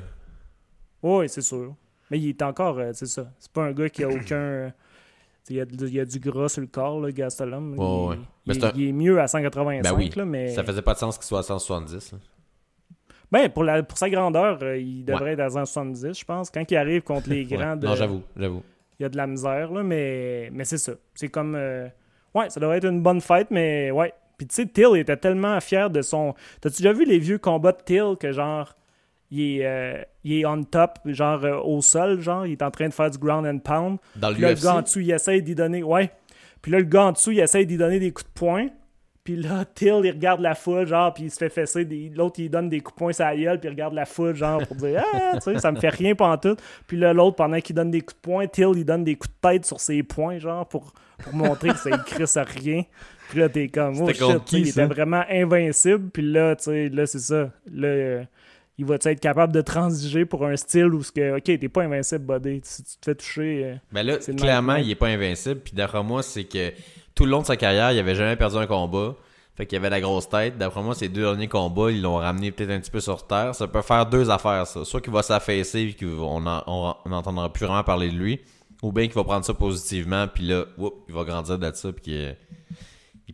Oui, c'est sûr. Mais il est encore, euh, c'est ça. C'est pas un gars qui a aucun. euh, Il y, a, il y a du gras sur le corps, là, Gastelum. Ouais, il, ouais. il- Mais c'est un- il est mieux à cent quatre-vingt-cinq, Ben oui, là, mais. ça faisait pas de sens qu'il soit à cent soixante-dix. Là. Ben, pour, la, pour sa grandeur, euh, il devrait être à cent soixante-dix, je pense. Quand il arrive contre les Ouais. grands, de- Non, j'avoue, j'avoue. il y a de la misère, là, mais, mais c'est ça. C'est comme. euh, Ouais, ça devrait être une bonne fête, mais ouais. Puis tu sais, Till était tellement fier de son. T'as-tu déjà vu les vieux combats de Till que genre. Il est, euh, il est on top, genre euh, au sol, genre, il est en train de faire du ground and pound. Dans Puis là, le l'U F gars en C, dessous, il essaye d'y donner. Ouais. Puis là, le gars en dessous, il essaye d'y donner des coups de poing. Puis là, Till, il regarde la foule, genre, puis il se fait fesser. Des... L'autre, il donne des coups de poing sur la gueule, puis il regarde la foule, genre, pour dire ah, tu sais, ça me fait rien pantoute. Puis là, l'autre, pendant qu'il donne des coups de poing, Till, il donne des coups de tête sur ses poings, genre, pour, pour montrer que ça ne crisse à rien. Puis là, t'es comme, oh C'était contre shit, tu sais, qui, il ça? était vraiment invincible. Puis là, tu sais, là, c'est ça. Là, euh, il va être capable de transiger pour un style où, ce que, ok, t'es pas invincible, buddy. Si tu te fais toucher. euh, ben là, c'est le clairement, même. il est pas invincible. Puis d'après moi, c'est que tout le long de sa carrière, il avait jamais perdu un combat. Fait qu'il avait la grosse tête. D'après moi, ces deux derniers combats, ils l'ont ramené peut-être un petit peu sur terre. Ça peut faire deux affaires, ça. Soit qu'il va s'affaisser et qu'on n'entendra plus vraiment parler de lui. Ou bien qu'il va prendre ça positivement. Puis là, whoop, il va grandir de ça. Puis qu'il il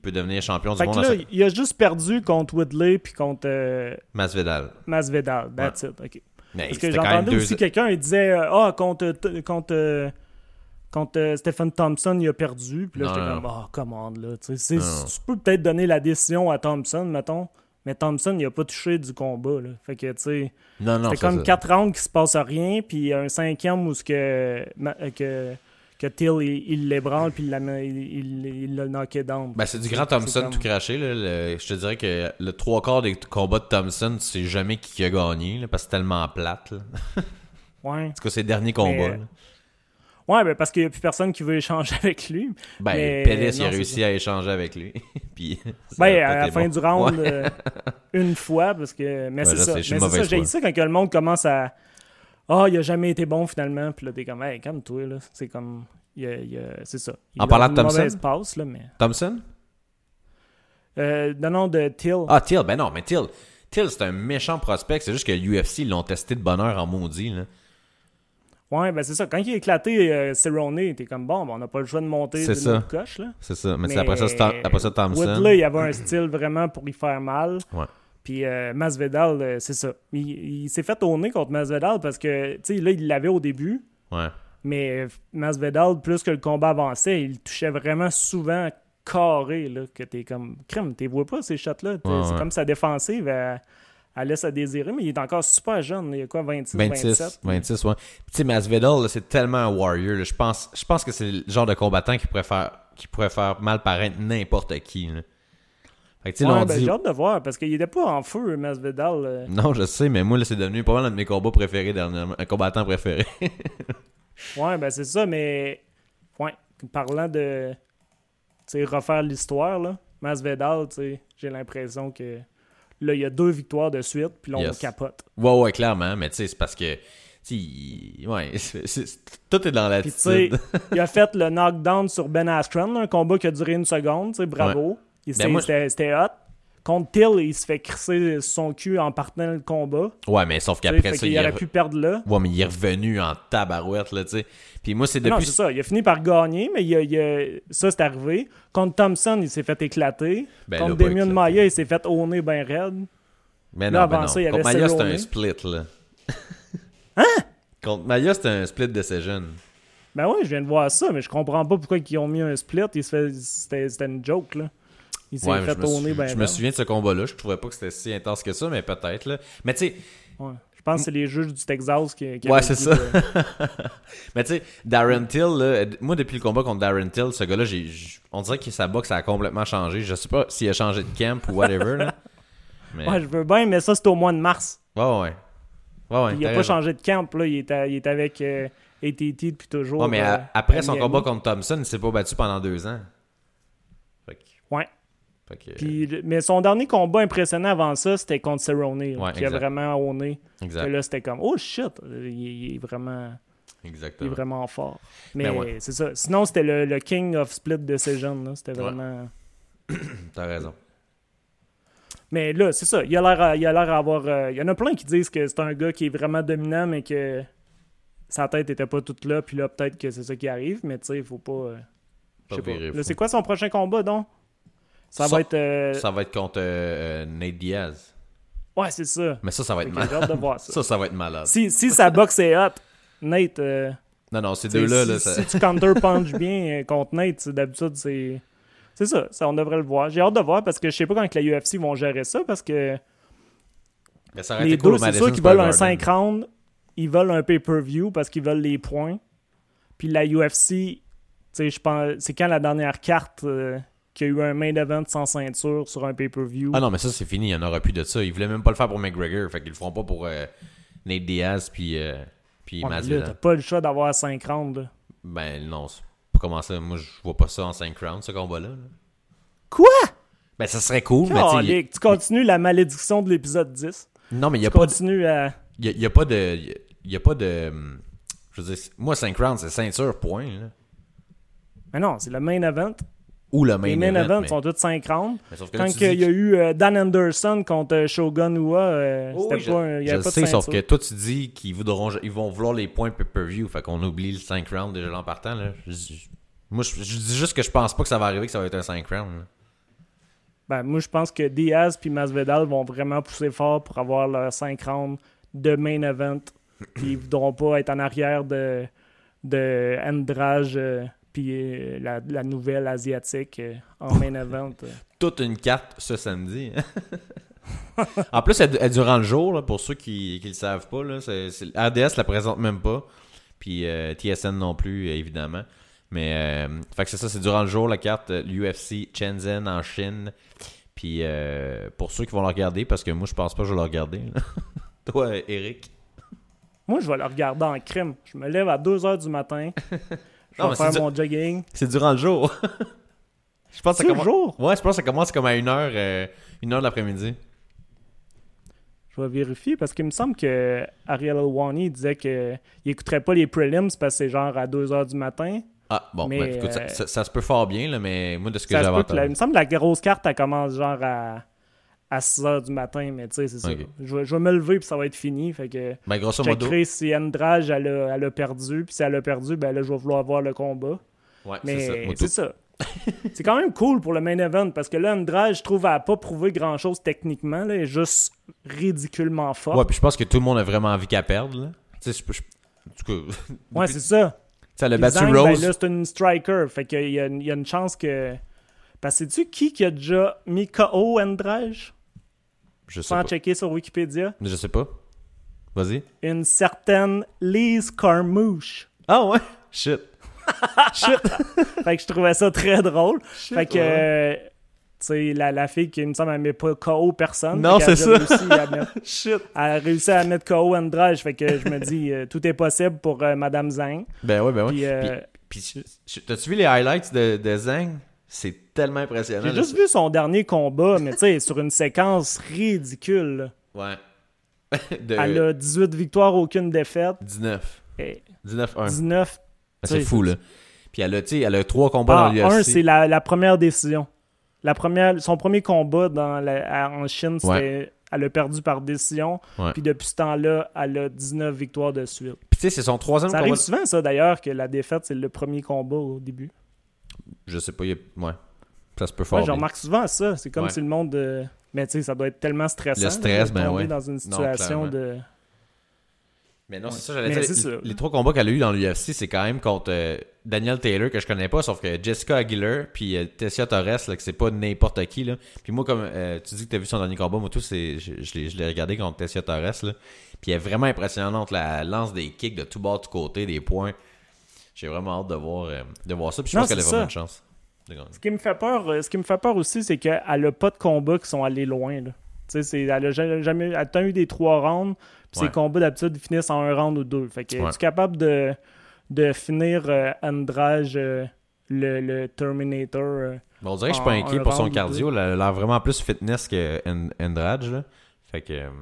peut devenir champion fait du que monde. là, À... il a juste perdu contre Woodley puis contre euh, Masvidal. Masvidal. That's Ouais. it. OK. Mais Parce que c'était quand même j'entendais deux... aussi quelqu'un, il disait euh, Ah, contre, t- contre, euh, contre euh, Stephen Thompson, il a perdu. Puis là, Non, j'étais non, comme Ah, commande, là. Tu sais, c'est- Non. tu peux peut-être donner la décision à Thompson, mettons. Mais Thompson, il a pas touché du combat, là. Fait que, tu sais, Non, non, c'était c'est comme ça. quatre rounds qui se passent à rien, puis un cinquième où ce que, ma- que, que Till, il, il l'ébranle, puis il l'a il, il, il l'a knocké down. Ben, c'est du grand C'est Thompson comme- tout craché. Là. Le- je te dirais que le trois quarts des combats de Thompson, tu sais jamais qui, qui a gagné, là, parce que c'est tellement plate. Là. Ouais. En tout cas, ses derniers combats. Mais- là. Ouais, ben parce qu'il n'y a plus personne qui veut échanger avec lui. Ben, mais- Pérez, il non, a c'est réussi ça. à échanger avec lui. Puis, ça Ben, a à pas la été fin bon. du round, Ouais. euh, une fois, parce que. Mais Ouais, c'est là, ça. c'est- Mais je suis c'est mauvaise ça, j'ai foi. ça quand que le monde commence à. Ah, il a jamais été bon finalement. Puis là, t'es comme, hey, calme-toi, là. C'est comme. il a- il a- C'est ça. Il En a parlant une de Thompson? mauvaise passe, là, mais. Thompson? Euh, non, non, de Till. Ah, Till, ben non, mais Till, Till c'est un méchant prospect. C'est juste que l'U F C, ils l'ont testé de bonheur en maudit. Là. Ouais, ben c'est ça. Quand il a éclaté euh, Cerrone, t'es comme, bon, ben, on n'a pas le choix de monter C'est de ça. notre coche, là. C'est ça. Mais, Mais c'est après ça, c'est Tom- après ça, Thompson. Woodley, il avait un style vraiment pour y faire mal. Ouais. Puis euh, Masvidal, euh, c'est ça. Il, il s'est fait au nez contre Masvidal parce que, tu sais, là, il l'avait au début. Ouais. Mais Masvidal, plus que le combat avançait, il touchait vraiment souvent carré, là, que t'es comme... Crème, t'es vois pas ces shots-là. T'es- Ouais, c'est ouais. comme sa défensive, elle, elle laisse à désirer, mais il est encore super jeune. Il y a quoi, vingt-six, vingt-six, vingt-sept? vingt-six, ouais. Puis, tu sais, Masvidal, là, c'est tellement un warrior. là. Je pense, je pense que c'est le genre de combattant qui pourrait faire, qui pourrait faire mal paraître n'importe qui. Là. Fait que, tu sais, là, Ouais, on ben, dit... j'ai hâte de voir, parce qu'il était pas en feu, Masvidal. euh. Non, je sais, mais moi, là, c'est devenu pas mal un de mes combats préférés dernièrement. Un combattant préféré. Ouais, ben c'est ça, mais... Ouais, parlant de... Tu sais, refaire l'histoire, là, Masvidal, tu sais, j'ai l'impression que... Là, il y a deux victoires de suite, puis là, on Yes. capote. Ouais, ouais, clairement, mais tu sais, c'est parce que. Tu sais, il- ouais, c'est- c'est- tout est dans Puis tu sais, l'attitude. il a fait le knockdown sur Ben Askren, là, un combat qui a duré une seconde, tu sais, bravo. Il- C'était Ben, moi- c'était- c'était hot. Contre Till, il se fait crisser son cul en partant le combat. Ouais, mais sauf Tu sais, qu'après fait ça, qu'il il est... aurait re- pu perdre là. Ouais, mais il est revenu en tabarouette, là, tu sais. Puis moi, c'est Non, depuis. c'est ça. Il a fini par gagner, mais il a- il a- ça, c'est arrivé. Contre Thompson, il s'est fait éclater. Ben, Contre là, pas Damian éclaté. Maia, il s'est fait honner bien raide. Mais là, non, avant ben non. ça, il y avait Contre Maia, c'était Cerrone. un split, là. Hein? Contre Maia, c'était un split decision. Ben oui, je viens de voir ça, mais je comprends pas pourquoi ils ont mis un split. Il se fait... C'était c'était une joke, là. Il s'est Ouais, mais fait je me, honner sou- bien je me souviens de ce combat-là. Je trouvais pas que c'était si intense que ça, mais peut-être, là. Mais tu sais, Ouais. Je pense que c'est les juges du Texas qui, qui ouais, avaient c'est dit ça. de- Mais tu sais, Darren Till, là, moi, depuis le combat contre Darren Till, ce gars-là, j'ai, j'- on dirait que sa boxe a complètement changé. Je sais pas s'il a changé de camp ou whatever, là. Mais... Ouais, je veux bien, mais ça, c'était au mois de mars. Ouais, ouais. Ouais, ouais, il a t'as pas raison. changé de camp, là. Il est, à- il est avec euh, A T T depuis toujours. Ouais, mais euh, à- après à son Miami. combat contre Thompson, il s'est pas battu pendant deux ans. Fait que... Ouais. Fait que... Puis, mais son dernier combat impressionnant avant ça, c'était contre Cerrone, là, Ouais, qui a exact. vraiment honné. Exact. Que là, c'était comme, oh shit, il, il est vraiment, il est Exactement. vraiment fort. Mais Ben ouais. c'est ça. Sinon, c'était le, le king of split de ces jeunes. Là. C'était Ouais. vraiment. T'as raison. Mais là, c'est ça. Il a l'air à- il a l'air à avoir. euh, Il y en a plein qui disent que c'est un gars qui est vraiment dominant, mais que sa tête était pas toute là. Puis là, peut-être que c'est ça qui arrive. Mais tu sais, il faut pas. euh, Je Pas sais pas. virer Là, fou. c'est quoi son prochain combat, donc Ça, Ça- va être. euh, Ça va être contre euh, euh, Nate Diaz. Ouais, c'est ça. Mais ça, ça va Fait être que J'ai malade. hâte de voir ça. Ça, ça va être malade. Si, si sa boxe est hot, Nate. euh, Non, non, ces T'sais, deux-là, si, là, ça... si tu counter-punches bien euh, contre Nate, c'est- d'habitude, c'est... C'est ça, ça, on devrait le voir. J'ai hâte de voir parce que je sais pas quand que la U F C vont gérer ça parce que Mais ça aurait les été cool deux, au c'est Madison sûr qu'ils Square veulent un Garden. cinq rounds, ils veulent un pay-per-view parce qu'ils veulent les points. Puis la U F C, tu sais, je pense, c'est quand la dernière carte euh, qu'il y a eu un main event sans ceinture sur un pay-per-view. Ah non, mais ça, c'est fini. Il n'y en aura plus de ça. Ils voulaient même pas le faire pour McGregor. Fait qu'ils le feront pas pour euh, Nate Diaz puis, euh, puis Ouais, mais là, Masvidal. t'as pas le choix d'avoir cinq rounds. Là. Ben non, c'est pas comment ça. Moi, je vois pas ça en cinq rounds, ce combat-là. là. Quoi? Ben, ça serait cool, mais tu sais, Calique, tu continues la malédiction de l'épisode dix. non, mais il y a Tu pas de... continues à... Il y a, il y a pas de... Il y a pas de... hum, Je veux dire, moi, cinq rounds, c'est ceinture, point. Là. Mais non, c'est le main event. Ou le main Les main event. events mais... sont tous cinq rounds. mais sauf que Quand là, tu il dis y a que- eu euh, Dan Anderson contre euh, Shogun Rua, euh, Oh, c'était oui, je, pas un, il y je avait le pas de sais, sauf ceinture. que toi, tu dis qu'ils voudront, ils vont vouloir les points pay-per-view. Fait qu'on oublie le cinq rounds déjà en partant. Là. Je, je- moi, je, je dis juste que je pense pas que ça va arriver, que ça va être un cinq rounds. là. Ben, moi, je pense que Diaz puis Masvidal vont vraiment pousser fort pour avoir leurs cinq rounds de main event. Puis ils voudront pas être en arrière de, de Andrade euh, puis euh, la, la nouvelle asiatique euh, en main event. Euh. Toute une carte ce samedi. En plus, elle, elle durant le jour, là, pour ceux qui ne le savent pas. Là, c'est, c'est, R D S la présente même pas. Puis euh, T S N non plus, évidemment. Mais, euh, fait que c'est ça, c'est durant le jour, la carte l'U F C Shenzhen en Chine. Puis, euh, pour ceux qui vont le regarder, parce que moi, je pense pas que je vais le regarder. Là. Toi, Eric? Moi, je vais le regarder en crime. Je me lève à deux heures du matin. Je vais non, faire du... mon jogging. C'est durant le jour. Je pense c'est que ça le commence... jour? Ouais, je pense que ça commence comme à une heure, euh, une heure de l'après-midi. Je vais vérifier parce qu'il me semble que Ariel Helwani disait qu'il écouterait pas les prelims parce que c'est genre à deux heures du matin. Ah, bon, mais, ben, écoute, euh, ça, ça, ça se peut fort bien, là, mais moi, de ce que ça j'avais se peut que entendu. la- il me semble que la grosse carte, elle commence genre à, à six heures du matin, mais tu sais, c'est ça. Ok. Je, vais- je vais me lever puis ça va être fini. Fait que Ben, grosso je modo. checkerai si Andrade, elle a, elle a perdu. Puis si elle a perdu, ben là, je vais vouloir voir le combat. Ouais, Mais c'est ça. Moi, c'est tout- ça. C'est quand même cool pour le main event parce que là, Andrade, je trouve, elle n'a pas prouvé grand-chose techniquement. Là, elle est juste ridiculement forte. Ouais, puis je pense que tout le monde a vraiment envie qu'elle perde, là. Tu sais, je, je, en tout cas, Ouais, c'est ça. ça elle a Puis battu Zhang, ben Rose. là, c'est une striker. Fait qu'il y a, il y a une chance que... Parce que sais-tu qui qui a déjà mis K O Andrade? je sais Sans pas. checker sur Wikipédia. Je sais pas. Vas-y. Une certaine Lise Carmouche. Ah ouais? Shit. Shit! Fait que je trouvais ça très drôle. Shit, Fait que... ouais. euh, tu sais, la, la fille qui, il me semble, elle met pas K O personne. Non, Fait qu'elle c'est a ça. réussi à mettre- Shit. Elle a réussi à mettre K O Andrade. Fait que je me dis, euh, tout est possible pour euh, Madame Zhang. Ben ouais, ben ouais. Puis, euh, Puis, puis, tu- t'as-tu vu les highlights de, de Zhang? C'est tellement impressionnant. J'ai là, juste ça. vu son dernier combat, mais tu sais, sur une séquence ridicule. là. Ouais. De Elle a dix-huit victoires, aucune défaite. dix-neuf. Et dix-neuf un. dix-neuf. C'est tu sais, fou, là. Puis elle a, tu sais, elle a trois combats Ah, dans l'U F C. un, c'est la, la première décision. La première, son premier combat dans la- en Chine, c'était, Ouais. elle a perdu par décision. Ouais. Puis depuis ce temps-là, elle a dix-neuf victoires de suite. Puis tu sais, c'est son troisième Ça combat. arrive souvent, ça, d'ailleurs, que la défaite, c'est le premier combat au début. Je sais pas, il y a... ouais. Ça se peut fort Moi, je bien. remarque souvent ça. C'est comme Ouais. si le monde... euh, Mais tu sais, ça doit être tellement stressant. Le stress, de ben tomber ouais. dans une Non, situation clairement. de... Mais non, Ouais. c'est ça, j'allais Mais dire. c'est Les, ça. les trois combats qu'elle a eu dans l'U F C, c'est quand même contre euh, Daniel Taylor, que je connais pas, sauf que Jessica Aguilar, puis euh, Tessia Torres, là, que c'est pas n'importe qui. Là. Puis moi, comme euh, tu dis que t'as vu son dernier combat, moi, tout, c'est, je, je, l'ai, je l'ai regardé contre Tessia Torres. Là. Puis elle est vraiment impressionnante. Là. Elle lance des kicks de tout bord, de tout côté, des points. J'ai vraiment hâte de voir, euh, de voir ça. Puis je Non, pense qu'elle a c'est vraiment ça. une chance de gagner. Ce qui me fait peur, euh, ce qui me fait peur aussi, c'est qu'elle a pas de combats qui sont allés loin. Là. Tu sais, c'est, elle a ja- jamais, elle a tant eu des trois rounds. Puis Ouais. ses combats d'habitude ils finissent en un round ou deux. Fait que Ouais. es-tu capable de, de finir euh, Andrade, euh, le, le Terminator? euh? Bon, on dirait que je suis pas En- inquiet un pour son round ou cardio. Elle a l'air vraiment plus fitness que And- Andrade. Là. Fait que. euh,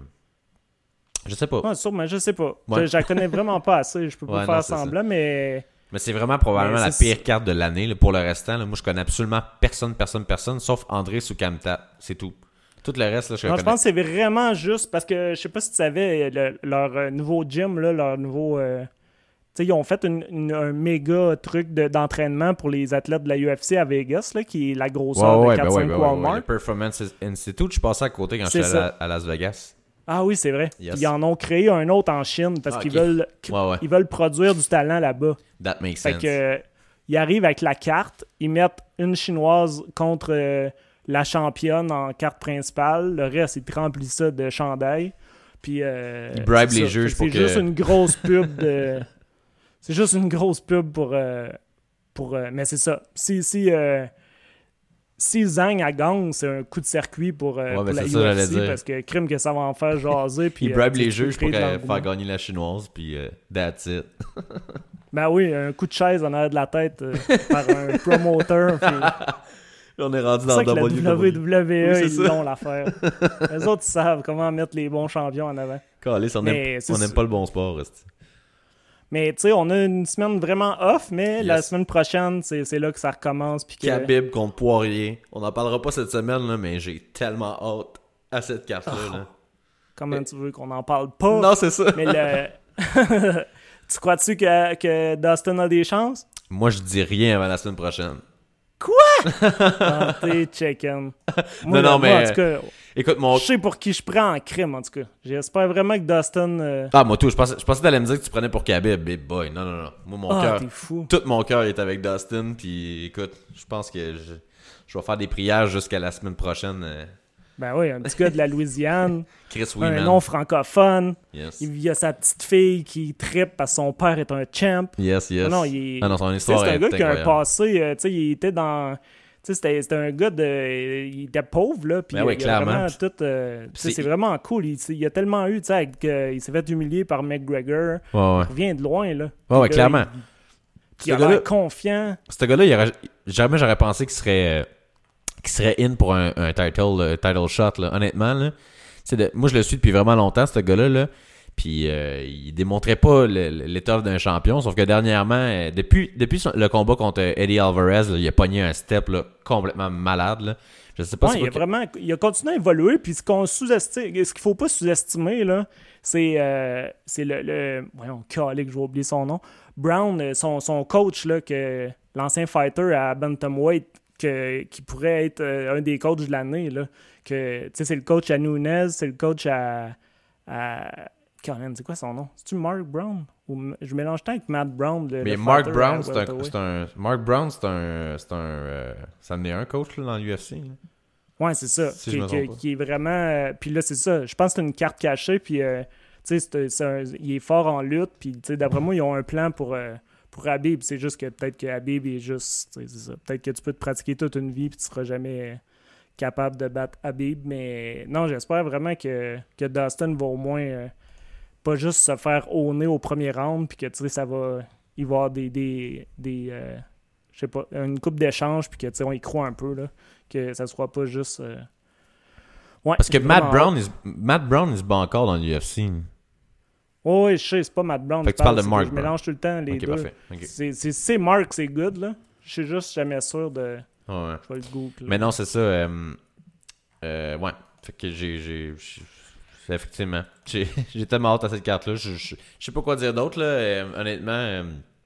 je sais pas. Ouais, sûrement, je sais pas. Ouais. Je, je la connais vraiment pas assez. Je peux pas Ouais, faire non, c'est semblant, mais. Mais c'est vraiment probablement Mais la c'est- pire carte de l'année là, pour le restant. Là. Moi, je connais absolument personne, personne, personne, sauf André Soukamta. C'est tout. Tout le reste, là, je Non, je connais. pense que c'est vraiment juste parce que je sais pas si tu savais, le- leur euh, nouveau gym, là, leur nouveau. euh, tu sais, ils ont fait une- une- un méga truc de- d'entraînement pour les athlètes de la U F C à Vegas, là, qui est la grosseur Ouais, ouais, de ben quatre ouais, cinq ben ouais, ouais. Walmart. Le Performance Institute, je passais à côté quand C'est j'étais allé ça. à, à Las Vegas. Ah oui, c'est vrai. Yes. Ils en ont créé un autre en Chine parce Ah, qu'ils ok. veulent, Ouais, ouais. ils veulent produire du talent là-bas. That makes Fait sense. que euh, ils arrivent avec la carte, ils mettent une chinoise contre euh, la championne en carte principale, le reste ils te remplissent ça de chandail. Puis euh, Ils bribent c'est les ça. juges Fait que pour c'est que- juste une grosse pub de c'est juste une grosse pub pour euh, pour euh, mais c'est ça. Si si euh, si Zhang elle gagne, c'est un coup de circuit pour, euh, Ouais, pour ben, la c'est ça, j'allais U F C dire. parce que crime que ça va en faire jaser. Puis, Ils euh, bribent tu sais, les tu peux juges pour créer de euh, l'engouement. faire gagner la chinoise, puis euh, that's it. Ben oui, un coup de chaise en arrière de la tête euh, par un promoteur. Puis... On est rendu C'est dans ça que la W W W E, Oui, c'est ils ça. l'ont l'affaire. Les autres, ils savent comment mettre les bons champions en avant. Calisse, on Mais aime, c'est on aime ça. pas le bon sport, reste. Mais tu sais, on a une semaine vraiment off, mais Yes. la semaine prochaine, c'est, c'est là que ça recommence. Puis que... Khabib contre Poirier. On n'en parlera pas cette semaine, là, mais j'ai tellement hâte à cette carte-là. Oh. là. Comment tu veux qu'on n'en parle pas? Non, c'est ça. Mais le... tu crois-tu que, que Dustin a des chances? Moi, je dis rien avant la semaine prochaine. Quoi? Santé, chicken. Moi, non, non, moi, mais... en tout cas, écoute, mon... je sais pour qui je prends en crime, en tout cas. J'espère vraiment que Dustin... Euh... Ah, moi, tout, je pensais, je pensais que t'allais me dire que tu prenais pour Khabib, big boy. Non, non, non. Moi, mon Ah, cœur... t'es fou. Tout mon cœur est avec Dustin, puis écoute, je pense que je, je vais faire des prières jusqu'à la semaine prochaine. Euh... Ben oui, un petit gars de la Louisiane, Chris un Weeman. nom francophone. Yes. Il y a sa petite fille qui trippe parce que son père est un champ. Yes, yes. Ah non, il est... Ah non, son Tu sais, histoire c'est un est gars qui a un incroyable. passé, euh, tu sais, il était dans... Tu sais, c'était, c'était un gars de... Il était pauvre, là, puis Ben oui, il a clairement. vraiment tout... euh, tu sais, c'est- c'est vraiment cool. Il, il a tellement eu, tu sais, avec, euh, il s'est fait humilier par McGregor. Ouais, ouais. Il vient de loin, là. Ouais, ouais, Puis là, clairement. il- Puis il a Ce gars-là- l'air confiant. Ce gars-là, il aurait- jamais j'aurais pensé qu'il serait, euh, qu'il serait in pour un, un title, euh, title shot, là. Honnêtement, là. C'est de, moi, je le suis depuis vraiment longtemps, ce gars-là, là. Puis, euh, il démontrait pas le- le- l'étoffe d'un champion, sauf que dernièrement, euh, depuis, depuis son- le combat contre Eddie Alvarez, là, il a pogné un step là, complètement malade, là. Je sais pas Ouais, si il, a vraiment, il a continué à évoluer, puis ce qu'on sous-estime, ce qu'il faut pas sous-estimer, là, c'est, euh, c'est le, le... Voyons, calé que je vais oublier son nom. Brown, euh, son, son coach, là, que, l'ancien fighter à Bantamweight, que, qui pourrait être euh, un des coachs de l'année, là. Que, tu sais, c'est le coach à Nunez, c'est le coach à... à... Colin, c'est quoi son nom? C'est-tu Mark Brown? Ou, je mélange tant avec Matt Brown. Le, Mais le Mark fighter Brown, à c'est un, welterweight. c'est un... Mark Brown, c'est un... C'est un... Euh, ça en est un coach, là, dans l'U F C, là. Ouais, c'est ça. Si qui, je me qui- trompe pas. qui est vraiment. euh, puis là, c'est ça. Je pense que c'est une carte cachée. Puis, euh, tu sais, c'est- c'est un- il est fort en lutte. Puis, tu sais, d'après moi, ils ont un plan pour, euh, pour Habib. C'est juste que peut-être que Habib est juste. Tu sais, c'est ça. Peut-être que tu peux te pratiquer toute une vie. Puis, tu seras jamais euh, capable de battre Habib. Mais non, j'espère vraiment que, que Dustin va au moins euh, pas juste se faire au nez au premier round. Puis que, tu sais, ça va. Il va y avoir des. des, des euh, je sais pas, une coupe d'échange. Puis que, tu sais, on y croit un peu, là. Que ça soit pas juste. euh, Ouais, Parce que j'ai Matt vraiment Brown, il, se- Matt Brown, il se bat encore dans l'U F C. Oh, oui, je sais, c'est pas Matt Brown. Fait je que tu parles de c'est Mark Je Brown. mélange tout le temps les Ok, deux. parfait. Ok. C'est, c'est, c'est Mark, c'est good, là. Je suis juste jamais sûr de. Ouais, ouais. Je vais le google. Mais non, c'est ça. Euh, euh, ouais. Fait que j'ai. j'ai, j'ai- effectivement. J'ai, j'ai tellement hâte à cette carte-là. Je, je, je sais pas quoi dire d'autre, là. Euh, honnêtement, euh,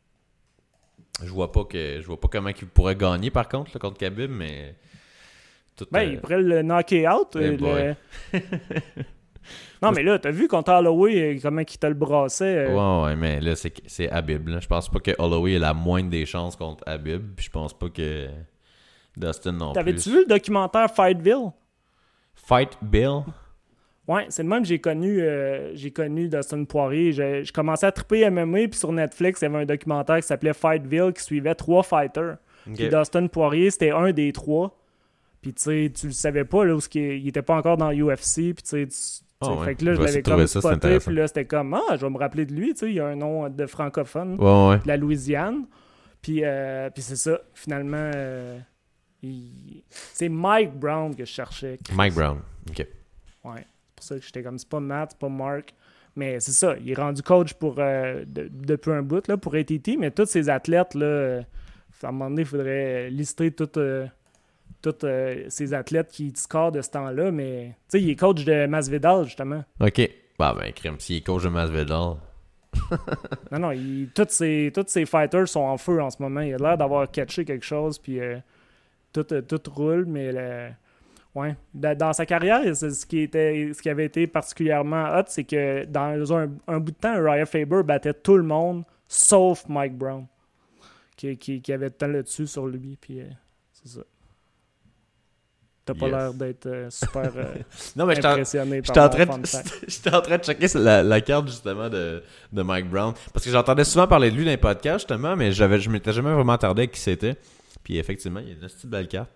je vois pas que. Je vois pas comment il pourrait gagner, par contre, là, contre Khabib, mais. Tout, Ben, euh, il pourrait le knocker out. Eh euh, boy. le- non, mais là, t'as vu contre Holloway, euh, comment il te le brassait. euh, Ouais, ouais, mais là, c'est, c'est Habib. Là. Je pense pas que Holloway ait la moindre des chances contre Habib. Puis je pense pas que Dustin non T'avais-tu plus. vu le documentaire Fightville? Fight Bill? Ouais, c'est le même que j'ai connu, euh, j'ai connu Dustin Poirier. J'ai- Je commençais à triper M M A, puis sur Netflix, il y avait un documentaire qui s'appelait Fightville qui suivait trois fighters. Ok. Puis Dustin Poirier, c'était un des trois. Puis tu sais, tu le savais pas, là, où il, il était pas encore dans U F C. Puis tu sais, tu- tu sais, Ah ouais. fait que là, Je je vais l'avais essayer de trouver comme ça, c'est spoté. intéressant. Puis là, c'était comme, ah, je vais me rappeler de lui, tu sais, il y a un nom de francophone, Ouais, ouais. de la Louisiane. Puis, euh, puis c'est ça, finalement, euh, il- c'est Mike Brown que je cherchais. Mike Brown. Ok. Ouais, c'est pour ça que j'étais comme, c'est pas Matt, c'est pas Mark. Mais c'est ça, il est rendu coach pour euh, de- depuis un bout là, pour A T T, mais tous ces athlètes, là, euh, à un moment donné, il faudrait lister tous euh, toutes, euh, ces athlètes qui scorent de ce temps-là. Mais tu sais, il est coach de Masvidal, justement. Ok. Bah ben, crème, s'il est coach de Masvidal. Non, non, il, tous, ces, tous ces fighters sont en feu en ce moment. Il a l'air d'avoir catché quelque chose, puis euh, tout, euh, tout roule, mais le- ouais. Da- Dans sa carrière, c'est ce qui, était, ce qui avait été particulièrement hot, c'est que dans un, un bout de temps, Uriah Faber battait tout le monde, sauf Mike Brown, qui, qui, qui avait tant le dessus sur lui, puis euh, c'est ça. T'as pas Yes. l'air d'être euh, super euh, Non, mais j'étais en- impressionné j'étais par en, mon train fun de, fact. j'étais en train de checker la, la carte, justement, de, de Mike Brown. Parce que j'entendais souvent parler de lui dans les podcasts, justement, mais j'avais, je m'étais jamais vraiment attardé à qui c'était. Puis effectivement, il y a une petite belle carte.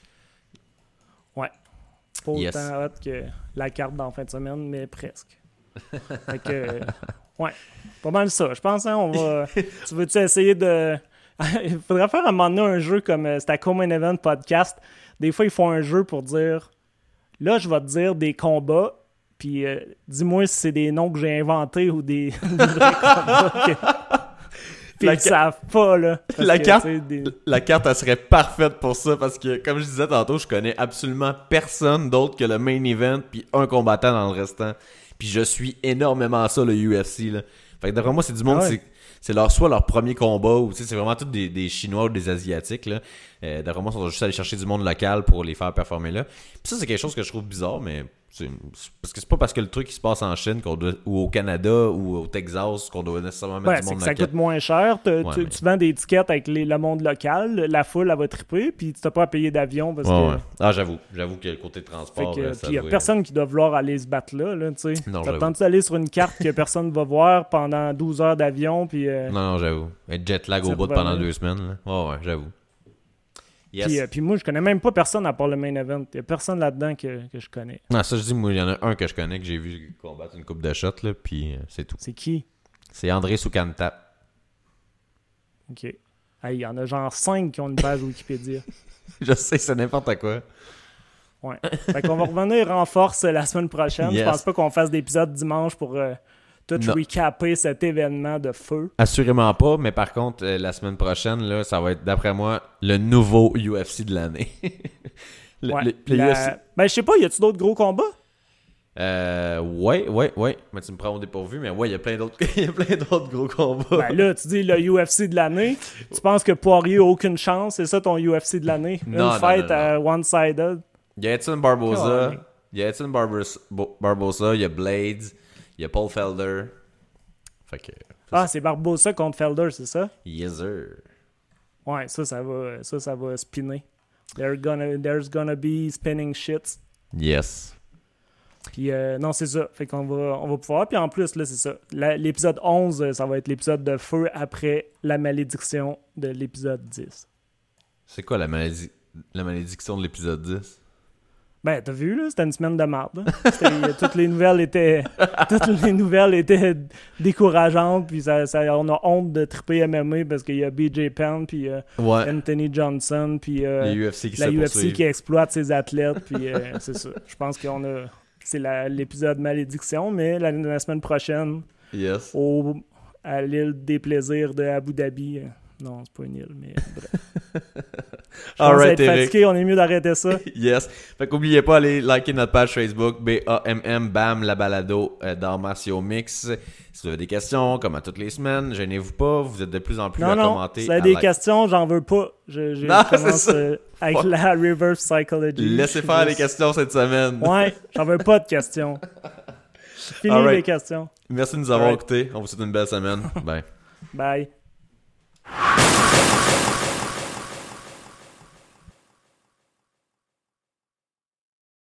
Pas Yes. autant hot que la carte dans la fin de semaine, mais presque. Fait que, euh, ouais, pas mal ça. Je pense, hein, on va... Tu veux-tu essayer de... Il faudrait faire à un moment donné un jeu comme... euh, C'est à Common Event Podcast. Des fois, ils font un jeu pour dire... Là, je vais te dire des combats, puis euh, dis-moi si c'est des noms que j'ai inventés ou des, des vrais combats que... Puis La ils ca- savent pas, là. Parce La que, carte- tu sais, des- La carte, elle serait parfaite pour ça parce que, comme je disais tantôt, je connais absolument personne d'autre que le main event puis un combattant dans le restant. Puis je suis énormément ça, le U F C, là. Fait que d'après moi, c'est du monde, Ah ouais. c'est, c'est leur, soit leur premier combat ou, tu sais, c'est vraiment tous des, des Chinois ou des Asiatiques, là. Euh, d'après moi, on va juste aller chercher du monde local pour les faire performer là. Puis ça, c'est quelque chose que je trouve bizarre, mais c'est, c'est parce que c'est pas parce que le truc qui se passe en Chine qu'on doit, ou au Canada ou au Texas qu'on doit nécessairement mettre Ouais, du c'est monde que ça local. coûte moins cher. Te- Ouais, tu, mais- tu vends des tickets avec les- le monde local, la foule, elle va triper, puis tu n'as pas à payer d'avion parce Ouais, que. ouais. Ah, j'avoue. J'avoue que le côté Fait transport, que, euh, puis ça il n'y a doit- personne qui doit vouloir aller se battre là, là, tu sais. Non, T'as j'avoue. tenté d'aller sur une carte que personne va voir pendant douze heures d'avion, puis... euh, Non, non, j'avoue. Être jet lag au Ça bout de pourrait pendant aller. deux semaines. Là. Ouais, ouais, j'avoue. Yes. Puis, euh, puis moi, je connais même pas personne à part le main event. Il y a personne là-dedans que, que je connais. Non, ça, je dis, moi, il y en a un que je connais que j'ai vu combattre une coupe de shots, là, puis euh, c'est tout. C'est qui? C'est André Soukanta. OK. Hey, il y en a genre cinq qui ont une page Wikipédia. Je sais, c'est n'importe quoi. Ouais. Fait qu'on va revenir en force la semaine prochaine. Yes. Je pense pas qu'on fasse d'épisode dimanche pour euh, tout Non. recaper cet événement de feu. Assurément pas, mais par contre, euh, la semaine prochaine, là, ça va être, d'après moi, le nouveau U F C de l'année. le, Ouais. le- le La- U F C... Ben, je sais pas, y a-tu d'autres gros combats? Euh, ouais, ouais, ouais. Mais tu me prends au dépourvu, mais ouais, il y a plein d'autres, il y a plein d'autres gros combats. Ben là, tu dis le U F C de l'année. Tu penses que Poirier a aucune chance? C'est ça ton U F C de l'année? Une Non, non, fight non, non. à one-sided? Il y a Edson Barboza, Calme. il y a Edson Barbos- Bo- Barboza, il y a Blades, il y a Paul Felder. Fait que, Ah, c'est Barbosa contre Felder, c'est ça? yes sir. Ouais, ça, ça va, ça, ça va spinner. There gonna, there's gonna be spinning shits. Yes. Puis euh, non, c'est ça. Fait qu'on va, on va pouvoir. Puis en plus, là, c'est ça. La- l'épisode onze, euh, ça va être l'épisode de feu après la malédiction de l'épisode dix. C'est quoi la, maladie, la malédiction de l'épisode dix? Ben, t'as vu, là, c'était une semaine de marde. hein. C'était- euh, toutes les nouvelles étaient toutes les nouvelles étaient décourageantes, puis ça, ça- on a honte de triper M M A parce qu'il y a B J Penn, puis euh, Ouais. Anthony Johnson, puis euh, Les U F C qui la se U F C poursuivent. qui exploite ses athlètes, puis euh, c'est ça. Je pense qu'on a... C'est la- l'épisode malédiction, mais la, la semaine prochaine, Yes. au, à l'île des plaisirs de Abu Dhabi... euh, non, c'est pas une île, mais bref. Je pense Alright, être Eric. fatigué, on est mieux d'arrêter ça. Yes. Fait qu'oubliez pas, allez liker notre page Facebook, B A M M, bam, la balado euh, d'Arts martiaux mix. Si vous avez des questions, comme à toutes les semaines, gênez-vous pas, vous êtes de plus en plus Non, à non, commenter. si vous avez à des like. questions, j'en veux pas. Je, je Non, c'est commence ça. euh, avec Fuck. la reverse psychology. Laissez Je faire les juste- questions cette semaine. Ouais, j'en veux pas de questions. Fini Alright. les questions. Merci de nous avoir Alright. écoutés. On vous souhaite une belle semaine. Bye. Bye.